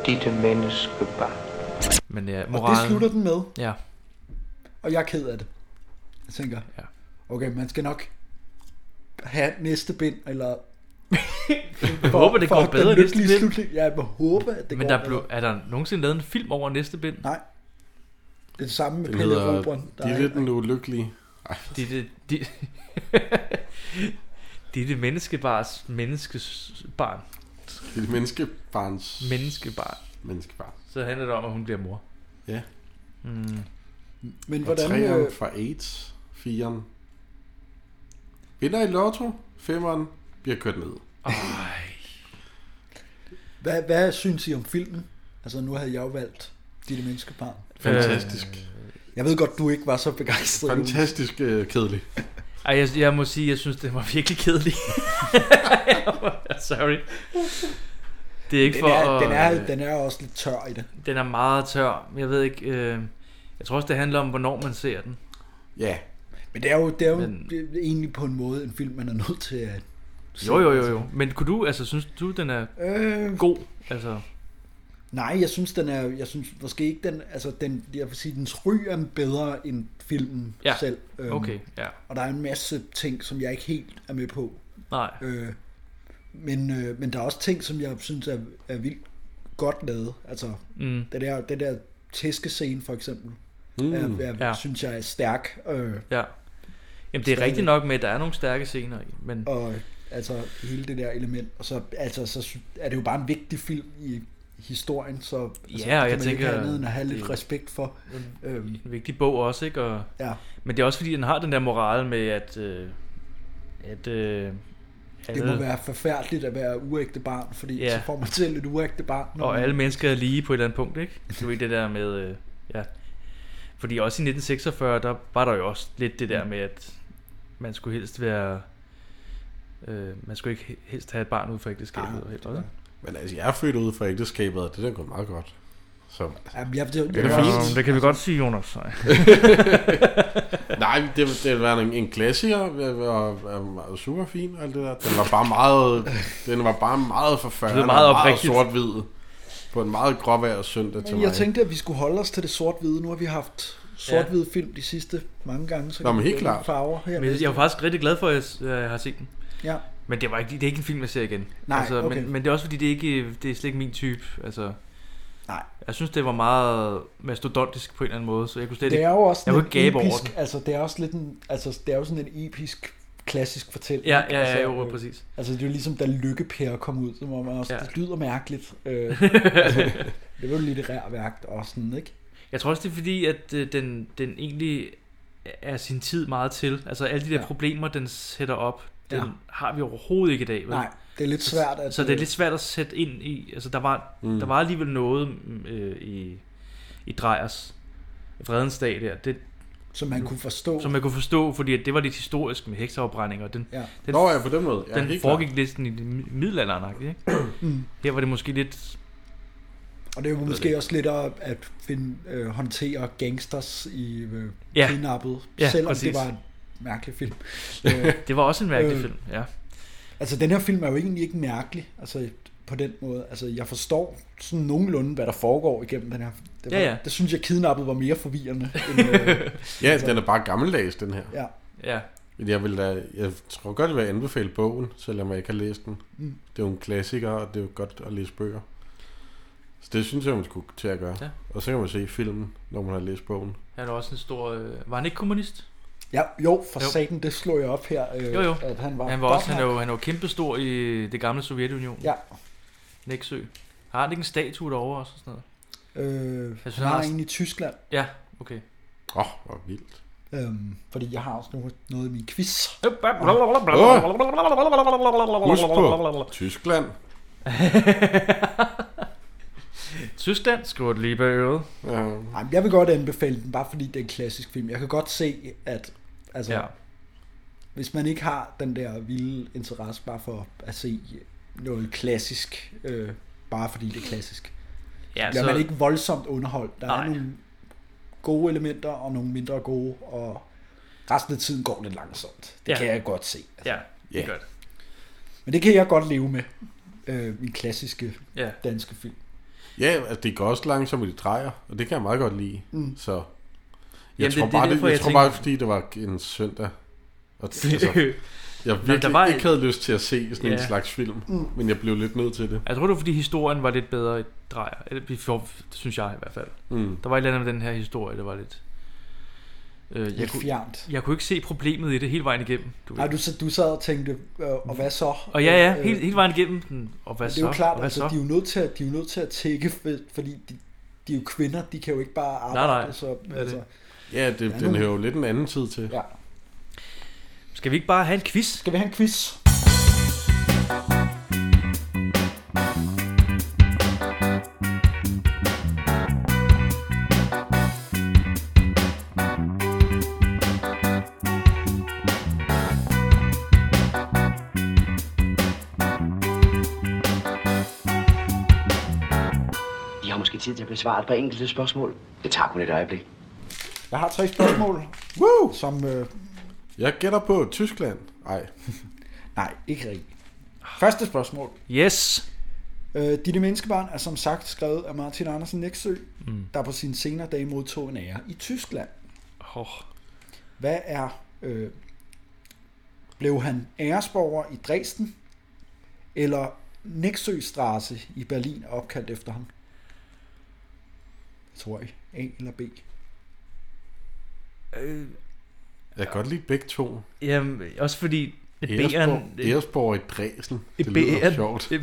[SPEAKER 5] dette menneskebarn.
[SPEAKER 4] Men ja,
[SPEAKER 3] moralen... Og det slutter den med.
[SPEAKER 4] Ja.
[SPEAKER 3] Og jeg er ked af det. Jeg tænker, okay, man skal nok have næste bind, eller...
[SPEAKER 4] Jeg håber, det går bedre næste bind.
[SPEAKER 3] Jeg håber, at det
[SPEAKER 4] men
[SPEAKER 3] går bedre.
[SPEAKER 4] Er der nogensinde lavet en film over næste bind?
[SPEAKER 3] Nej. Det er det samme med Pelle Robren.
[SPEAKER 2] De er lidt den ulykkelige.
[SPEAKER 4] De er det menneskebarn.
[SPEAKER 2] Det er menneskebarns...
[SPEAKER 4] Menneskebarn. Så handler det om, at hun bliver mor.
[SPEAKER 2] Ja.
[SPEAKER 3] Men hvordan...
[SPEAKER 2] 3'eren fra AIDS, 4'eren. Vinder i lotto, 5'eren bliver kørt ned.
[SPEAKER 3] Hvad synes I om filmen? Altså, nu havde jeg jo valgt Dit menneskebarn.
[SPEAKER 2] Fantastisk.
[SPEAKER 3] Jeg ved godt, du ikke var så begejstret.
[SPEAKER 2] Fantastisk kedelig.
[SPEAKER 4] Ej, jeg må sige, jeg synes, det var virkelig kedelig. Sorry. Det er ikke
[SPEAKER 3] den er også lidt tør i det.
[SPEAKER 4] Den er meget tør. Jeg ved ikke... jeg tror også, det handler om, hvornår man ser den.
[SPEAKER 3] Ja. Men det er jo egentlig på en måde en film, man er nødt til at se.
[SPEAKER 4] Jo. Men kunne du, altså, synes du, den er god? Altså...
[SPEAKER 3] Nej, jeg synes måske ikke jeg vil sige, dens ry er bedre end filmen selv.
[SPEAKER 4] Okay, ja.
[SPEAKER 3] Og der er en masse ting, som jeg ikke helt er med på.
[SPEAKER 4] Nej.
[SPEAKER 3] Men der er også ting, som jeg synes er vildt godt lavet. Altså, det der tæskescene for eksempel, synes jeg er stærk.
[SPEAKER 4] Ja. Jamen det er rigtigt nok med, at der er nogle stærke scener i. Men...
[SPEAKER 3] Og altså hele det der element. Og så er det jo bare en vigtig film i historien, så
[SPEAKER 4] ja, og jeg tænker,
[SPEAKER 3] ikke andet end at have lidt respekt for.
[SPEAKER 4] En vigtig bog også, ikke? Og, men det er også fordi, den har den der moral med, at
[SPEAKER 3] det må være forfærdeligt at være uægte barn, fordi så får man selv et uægte barn.
[SPEAKER 4] Og alle mennesker er lige på et eller andet punkt, ikke? Du ved det der med, fordi også i 1946, der var der jo også lidt det der med, at man skulle helst være, man skulle ikke helst have et barn ud fra ægteskabet.
[SPEAKER 2] Men altså, jeg er født ud fra ægteskabet, og det der går meget godt. Så,
[SPEAKER 3] det
[SPEAKER 4] er fint. Det kan vi godt sige, Jonas.
[SPEAKER 2] Nej, det vil være en klassiker, og super fin, alt det der. Den var bare meget forfærdelig, meget sort-hvid, på en meget gråvejr søndag til mig.
[SPEAKER 3] Jeg tænkte, at vi skulle holde os til det sort-hvide. Nu har vi haft sort-hvide film de sidste mange gange, så
[SPEAKER 2] men helt klart.
[SPEAKER 3] Farver her.
[SPEAKER 4] Men jeg er faktisk rigtig glad for, at jeg har set den.
[SPEAKER 3] Ja.
[SPEAKER 4] Men det er ikke en film, jeg ser igen.
[SPEAKER 3] Nej,
[SPEAKER 4] altså,
[SPEAKER 3] okay.
[SPEAKER 4] men det er også fordi, det er slet ikke min type. Altså,
[SPEAKER 3] nej.
[SPEAKER 4] Jeg synes, det var meget mastodontisk på en eller anden måde, så jeg kunne slet
[SPEAKER 3] ikke. Det er jo også
[SPEAKER 4] jeg kunne gabe
[SPEAKER 3] episk,
[SPEAKER 4] over den.
[SPEAKER 3] Altså, det er også lidt det er jo sådan en episk klassisk fortælling.
[SPEAKER 4] Ja, jo, præcis.
[SPEAKER 3] Altså, det er jo ligesom, da Lykke-Per kom ud, så må man også, det lyder mærkeligt. Det var jo et litterært værk og sådan, ikke?
[SPEAKER 4] Jeg tror også, det er fordi, at den egentlig er sin tid meget til. Altså, alle de der problemer, den sætter op, den har vi overhovedet ikke i dag. Vel?
[SPEAKER 3] Nej, det er lidt svært.
[SPEAKER 4] Så det er lidt svært at sætte ind i. Altså, der var alligevel noget i Dreyers Fredens Dag der. Det,
[SPEAKER 3] som man kunne forstå.
[SPEAKER 4] Som man kunne forstå, fordi det var lidt historisk med hekseafbrændinger. Den
[SPEAKER 2] på den måde.
[SPEAKER 4] Den foregik lidt i middelalderen, ikke? Her var det måske lidt...
[SPEAKER 3] Og det var måske også lidt at håndtere gangsters i kidnappet, selvom præcis. Det var en mærkelig film.
[SPEAKER 4] Det var også en mærkelig film, ja.
[SPEAKER 3] Altså, den her film er jo egentlig ikke mærkelig, altså på den måde. Altså, jeg forstår sådan nogenlunde, hvad der foregår igennem den her. Det synes jeg, kidnappet var mere forvirrende.
[SPEAKER 2] End, den er bare gammeldags, den her.
[SPEAKER 4] Ja.
[SPEAKER 2] Jeg tror godt, jeg vil anbefale bogen, selvom jeg ikke har læst den. Det er jo en klassiker, og det er jo godt at læse bøger. Så det synes jeg, man skulle til at gøre. Ja. Og så kan man se filmen, når man har læst bogen.
[SPEAKER 4] Han er også en stor... Var han ikke kommunist?
[SPEAKER 3] Ja, for satan, det slår jeg op her.
[SPEAKER 4] Jo.
[SPEAKER 3] At han
[SPEAKER 4] var kæmpestor i det gamle Sovjetunion.
[SPEAKER 3] Ja.
[SPEAKER 4] Næksø. Har han ikke en statue derovre også? Sådan noget?
[SPEAKER 3] Han har en i Tyskland.
[SPEAKER 4] Ja, okay.
[SPEAKER 2] Hvor vildt.
[SPEAKER 3] Fordi jeg har også noget i min quiz.
[SPEAKER 2] Husk på Tyskland.
[SPEAKER 4] Tyskland, skriver det lige bag øret.
[SPEAKER 3] Nej, jeg vil godt anbefale den, bare fordi det er en klassisk film. Jeg kan godt se, at hvis man ikke har den der vilde interesse bare for at se noget klassisk, bare fordi det er klassisk, bliver man ikke voldsomt underholdt. Der er nogle gode elementer og nogle mindre gode, og resten af tiden går det langsomt. Det kan jeg godt se.
[SPEAKER 4] Altså. Ja, det gør det.
[SPEAKER 3] Men det kan jeg godt leve med, min klassiske danske film.
[SPEAKER 2] Ja, altså det går også langsomt, de drejer, og det kan jeg meget godt lide. Så jeg tror bare, fordi det var en søndag. Og, altså, jeg virkelig ikke havde lyst til at se sådan en slags film, men jeg blev lidt nødt til det.
[SPEAKER 4] Jeg tror, det var, fordi historien var lidt bedre i drejer. Det synes jeg i hvert fald. Der var et eller andet med den her historie, der var lidt... Jeg kunne ikke se problemet i det hele vejen igennem.
[SPEAKER 3] Nej, du sad og tænkte, og hvad så?
[SPEAKER 4] Og hele vejen igennem, og hvad så?
[SPEAKER 3] Det er jo klart, altså, de er jo nødt til at tække, fordi de er jo kvinder, de kan jo ikke bare arbejde.
[SPEAKER 4] Nej.
[SPEAKER 3] Så, altså,
[SPEAKER 2] ja, den hører jo lidt en anden tid til.
[SPEAKER 3] Ja.
[SPEAKER 4] Skal vi ikke bare have en quiz?
[SPEAKER 3] Skal vi have en quiz?
[SPEAKER 16] Tid til at besvare et par enkelte spørgsmål. Det tager kun et øjeblik.
[SPEAKER 3] Jeg har 3 spørgsmål. Som...
[SPEAKER 2] Jeg gætter på Tyskland.
[SPEAKER 3] Nej, ikke rigtigt. Første spørgsmål.
[SPEAKER 4] Yes.
[SPEAKER 3] Ditte Menneskebarn er som sagt skrevet af Martin Andersen Nexø, der på sine senere dage modtog en ære i Tyskland. Hvad er... blev han æresborger i Dresden, eller Nexø-straße i Berlin opkaldt efter ham? Tror jeg. A eller B?
[SPEAKER 2] Jeg kan godt lide begge to.
[SPEAKER 4] Jamen, også fordi
[SPEAKER 2] Æresborg i Dresden. Det lyder sjovt.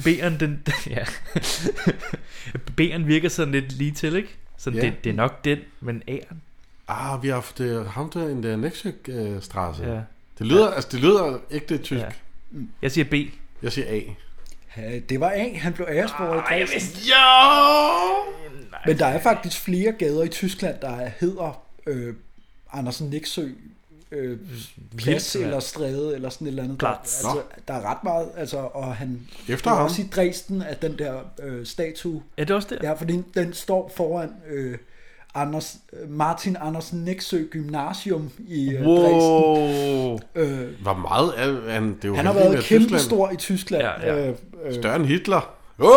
[SPEAKER 4] B'eren virker sådan lidt lige til, ikke? Så det er nok den, men A'eren.
[SPEAKER 2] Vi har haft ham der en der Nexø-straße. Ja. Det lyder ægte tysk. Ja.
[SPEAKER 4] Jeg siger B.
[SPEAKER 2] Jeg siger A.
[SPEAKER 3] Det var A. Han blev æresborger i Dresden.
[SPEAKER 4] Nej.
[SPEAKER 3] Men der er faktisk flere gader i Tyskland, der hedder Andersen Nexø plads eller stræde eller sådan et eller andet. Der er ret meget, altså, og han
[SPEAKER 2] efter ham
[SPEAKER 3] også i Dresden af den der statue.
[SPEAKER 4] Er det også det?
[SPEAKER 3] Ja, fordi den står foran Martin Andersen Nexø Gymnasium i Dresden.
[SPEAKER 2] Hvor meget er han? Det er jo
[SPEAKER 3] han har været kæmpe stor i Tyskland.
[SPEAKER 2] Ja. Større end Hitler.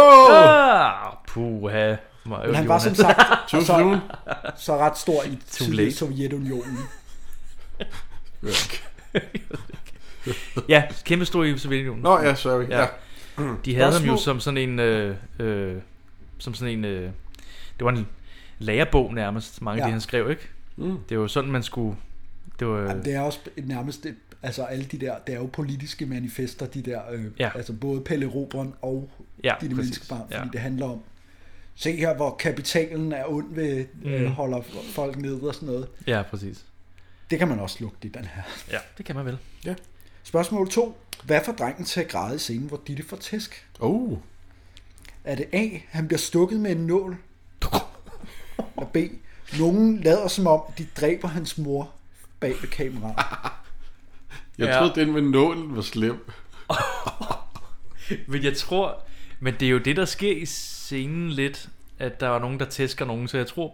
[SPEAKER 4] Puha.
[SPEAKER 3] Men han var som sagt så ret stor i Sovjetunionen.
[SPEAKER 4] Ja, kæmpe stor i Sovjetunionen.
[SPEAKER 2] Nå ja, sorry. Ja.
[SPEAKER 4] De havde ham jo som sådan en det var en lærebog nærmest, mange af de han skrev, ikke? Det var jo sådan man skulle
[SPEAKER 3] det er også nærmest altså alle de der, det er jo politiske manifester, de der altså både Pelle Erobreren og Ditte Menneskebarn, fordi det handler om se her, hvor kapitalen er ond ved holder folk nede og sådan noget.
[SPEAKER 4] Ja, præcis.
[SPEAKER 3] Det kan man også lugte i den her.
[SPEAKER 4] Ja, det kan man vel.
[SPEAKER 3] Ja. Spørgsmål 2. Hvad får drengen til at græde i scenen, hvor Ditte får tæsk? Er det A, han bliver stukket med en nål? Eller B, nogen lader som om, de dræber hans mor bag ved kameraet?
[SPEAKER 2] Jeg troede, den med nålen var slem.
[SPEAKER 4] Men det er jo det, der sker i scenen lidt, at der var nogen, der tæsker nogen, så jeg tror B.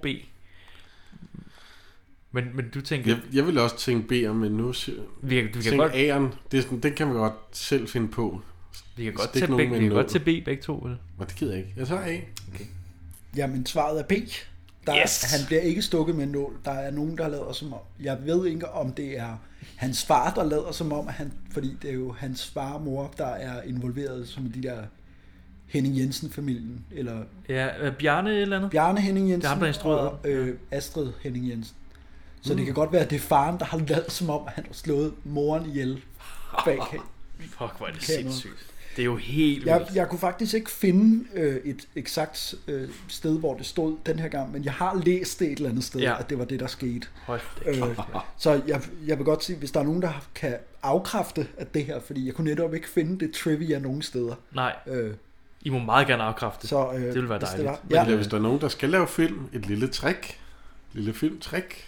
[SPEAKER 4] Men du tænker...
[SPEAKER 2] Jeg vil også tænke B'er, men nu
[SPEAKER 4] vi kan godt...
[SPEAKER 2] A'eren, den kan man godt selv finde på.
[SPEAKER 4] Vi kan godt tage B begge to, vel?
[SPEAKER 2] Det gider jeg ikke. Jeg tager A.
[SPEAKER 4] Okay.
[SPEAKER 3] Jamen, svaret er B. Han bliver ikke stukket med en nål. Der er nogen, der lader som om... Jeg ved ikke, om det er hans far, der lader som om, fordi det er jo hans far og mor, der er involveret som de der... Henning Jensen-familien, eller...
[SPEAKER 4] Ja, Bjarne eller andet?
[SPEAKER 3] Bjarne Henning Jensen,
[SPEAKER 4] det er ham, der instruerede.
[SPEAKER 3] og Astrid Henning Jensen. Så det kan godt være, at det er faren, der har lavet som om, at han har slået moren ihjel bag
[SPEAKER 4] Fuck, hvor er det sindssygt. Det er jo helt vildt.
[SPEAKER 3] Jeg kunne faktisk ikke finde et eksakt sted, hvor det stod den her gang, men jeg har læst det et eller andet sted, at det var det, der skete. Så jeg vil godt sige, hvis der er nogen, der kan afkræfte at det her, fordi jeg kunne netop ikke finde det trivia nogen steder.
[SPEAKER 4] Nej. I må meget gerne afkræfte.
[SPEAKER 3] Så,
[SPEAKER 4] det vil være dejligt.
[SPEAKER 2] Hvis der er nogen, der skal lave film, et lille trick. Lille filmtrick.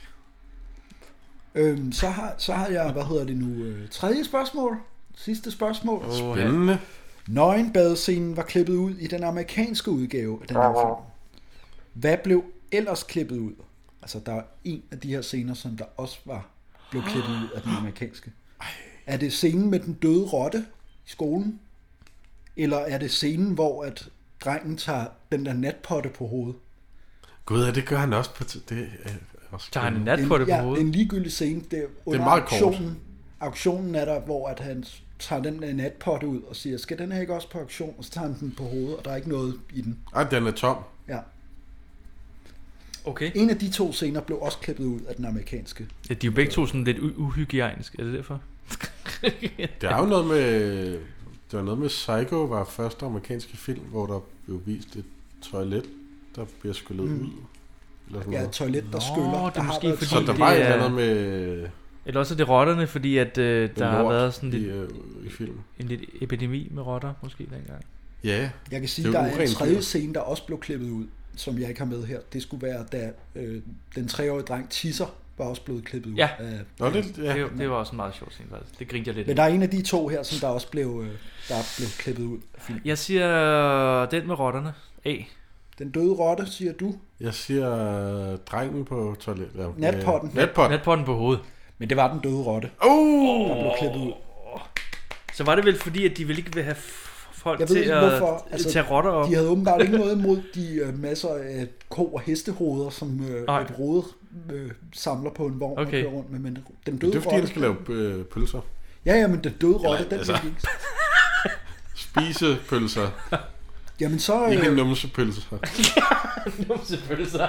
[SPEAKER 3] Så har jeg, tredje spørgsmål. Sidste spørgsmål.
[SPEAKER 2] Spændende.
[SPEAKER 3] Nøgenbadescenen var klippet ud i den amerikanske udgave af den her film. Hvad blev ellers klippet ud? Altså, der er en af de her scener, som der også blev klippet ud af den amerikanske. Er det scenen med den døde rotte i skolen? Eller er det scenen, hvor at drengen tager den der natpotte på hovedet.
[SPEAKER 2] Gud, ja, det gør han også på... Det også
[SPEAKER 4] tager han en natpotte på hovedet?
[SPEAKER 3] Ja, en ligegyldig scene. Det er
[SPEAKER 2] meget
[SPEAKER 3] auktionen er der, hvor at han tager den der natpotte ud og siger, skal den her ikke også på auktion? Og så tager han den på hovedet, og der er ikke noget i den.
[SPEAKER 2] Den er tom.
[SPEAKER 3] Ja.
[SPEAKER 4] Okay.
[SPEAKER 3] En af de 2 scener blev også klippet ud af den amerikanske.
[SPEAKER 4] Ja, de er jo begge to sådan lidt uhygiejniske, er det derfor?
[SPEAKER 2] Det er jo noget med... Det var noget med Psycho, var første amerikanske film, hvor der blev vist et toilet, der bliver skyllet ud. Eller sådan
[SPEAKER 3] et toilet, der skyller.
[SPEAKER 4] Det er måske fordi
[SPEAKER 2] så der var et eller andet med...
[SPEAKER 4] Eller også er det rotterne, fordi at der har været sådan lidt...
[SPEAKER 2] i film.
[SPEAKER 4] En lidt epidemi med rotter, måske dengang.
[SPEAKER 2] Ja.
[SPEAKER 3] Jeg kan sige, der er en tredje scene, der også blev klippet ud, som jeg ikke har med her. Det skulle være, da den 3-årige dreng tisser, var også blevet klippet ud.
[SPEAKER 4] Ja,
[SPEAKER 3] det
[SPEAKER 4] var også en meget sjov scene, faktisk. Det grinte jeg lidt.
[SPEAKER 3] Men der er en af de 2 her, som der også blev klippet ud.
[SPEAKER 4] Jeg siger den med rotterne. A.
[SPEAKER 3] Den døde rotte, siger du?
[SPEAKER 2] Jeg siger drengen på toilet. Ja,
[SPEAKER 3] natpotten.
[SPEAKER 4] Natpotten på hovedet.
[SPEAKER 3] Men det var den døde rotte, der blev klippet ud.
[SPEAKER 4] Så var det vel fordi, at de ville ikke vil have folk til at tage rotter op?
[SPEAKER 3] De havde åbenbart ikke noget imod de masser af ko- og hestehoveder, som et rode samler på en vogn og kører rundt med. Men den døde
[SPEAKER 2] det er fordi,
[SPEAKER 3] rotte,
[SPEAKER 2] de skal lave pølser.
[SPEAKER 3] Ja, men den døde rotte, den
[SPEAKER 2] altså,
[SPEAKER 3] ikke.
[SPEAKER 2] Spisepølser.
[SPEAKER 3] Jamen så...
[SPEAKER 2] Ikke numsepølser.
[SPEAKER 4] Numsepølser.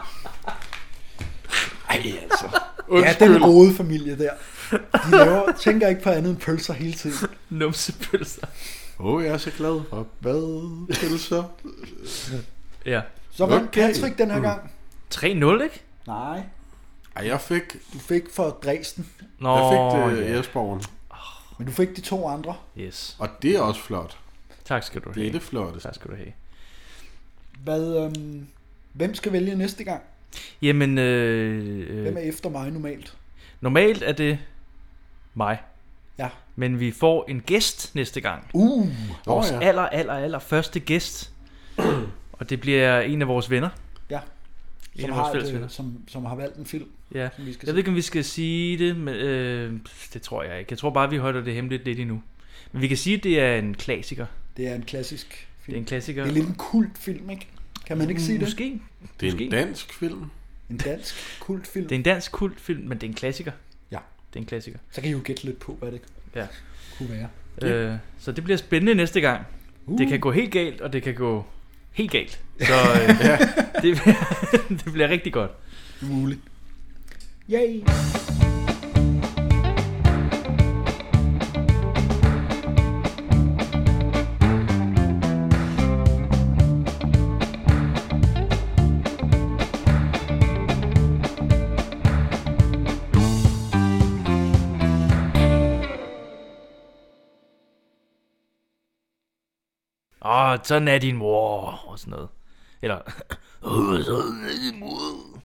[SPEAKER 3] Ej, altså. Ja, den rode familie der. De tænker ikke på andet end pølser hele tiden.
[SPEAKER 4] Numsepølser.
[SPEAKER 2] Jeg er så glad for pølser.
[SPEAKER 4] Ja.
[SPEAKER 3] Så vandt Patrick den her gang.
[SPEAKER 4] 3-0, ikke?
[SPEAKER 3] Nej.
[SPEAKER 2] Ej, jeg fik...
[SPEAKER 3] Du fik for Dresden.
[SPEAKER 2] Jeg fik Esborgen.
[SPEAKER 3] Men du fik de 2 andre.
[SPEAKER 4] Yes.
[SPEAKER 2] Og det er også flot.
[SPEAKER 4] Tak skal du have.
[SPEAKER 2] Det er det flotteste.
[SPEAKER 4] Tak skal du have.
[SPEAKER 3] Hvem skal vælge næste gang?
[SPEAKER 4] Jamen...
[SPEAKER 3] Hvem er efter mig normalt?
[SPEAKER 4] Normalt er det mig.
[SPEAKER 3] Ja.
[SPEAKER 4] Men vi får en gæst næste gang. Vores aller første gæst. Og det bliver en af vores venner.
[SPEAKER 3] Ja. Som har valgt en film.
[SPEAKER 4] Ja. Jeg ved ikke, om vi skal sige det, men det tror jeg ikke. Jeg tror bare, vi holder det hemmeligt lidt endnu. Men vi kan sige, at det er en klassiker.
[SPEAKER 3] Det er en klassisk film.
[SPEAKER 4] Det er en klassiker.
[SPEAKER 3] Det er lidt en kultfilm, ikke? Kan man ikke sige det?
[SPEAKER 4] Måske.
[SPEAKER 2] Det er en dansk film.
[SPEAKER 3] En dansk kultfilm.
[SPEAKER 4] Det er en dansk kultfilm, men det er en klassiker.
[SPEAKER 3] Ja.
[SPEAKER 4] Det er en klassiker.
[SPEAKER 3] Så kan I jo gætte lidt på, hvad det kunne være.
[SPEAKER 4] Så det bliver spændende næste gang. Det kan gå helt galt, og det kan gå helt galt. Så det bliver rigtig godt.
[SPEAKER 3] Muligt. Yay!
[SPEAKER 4] Sådan er din mor, og sådan noget. Eller, sådan er din mor.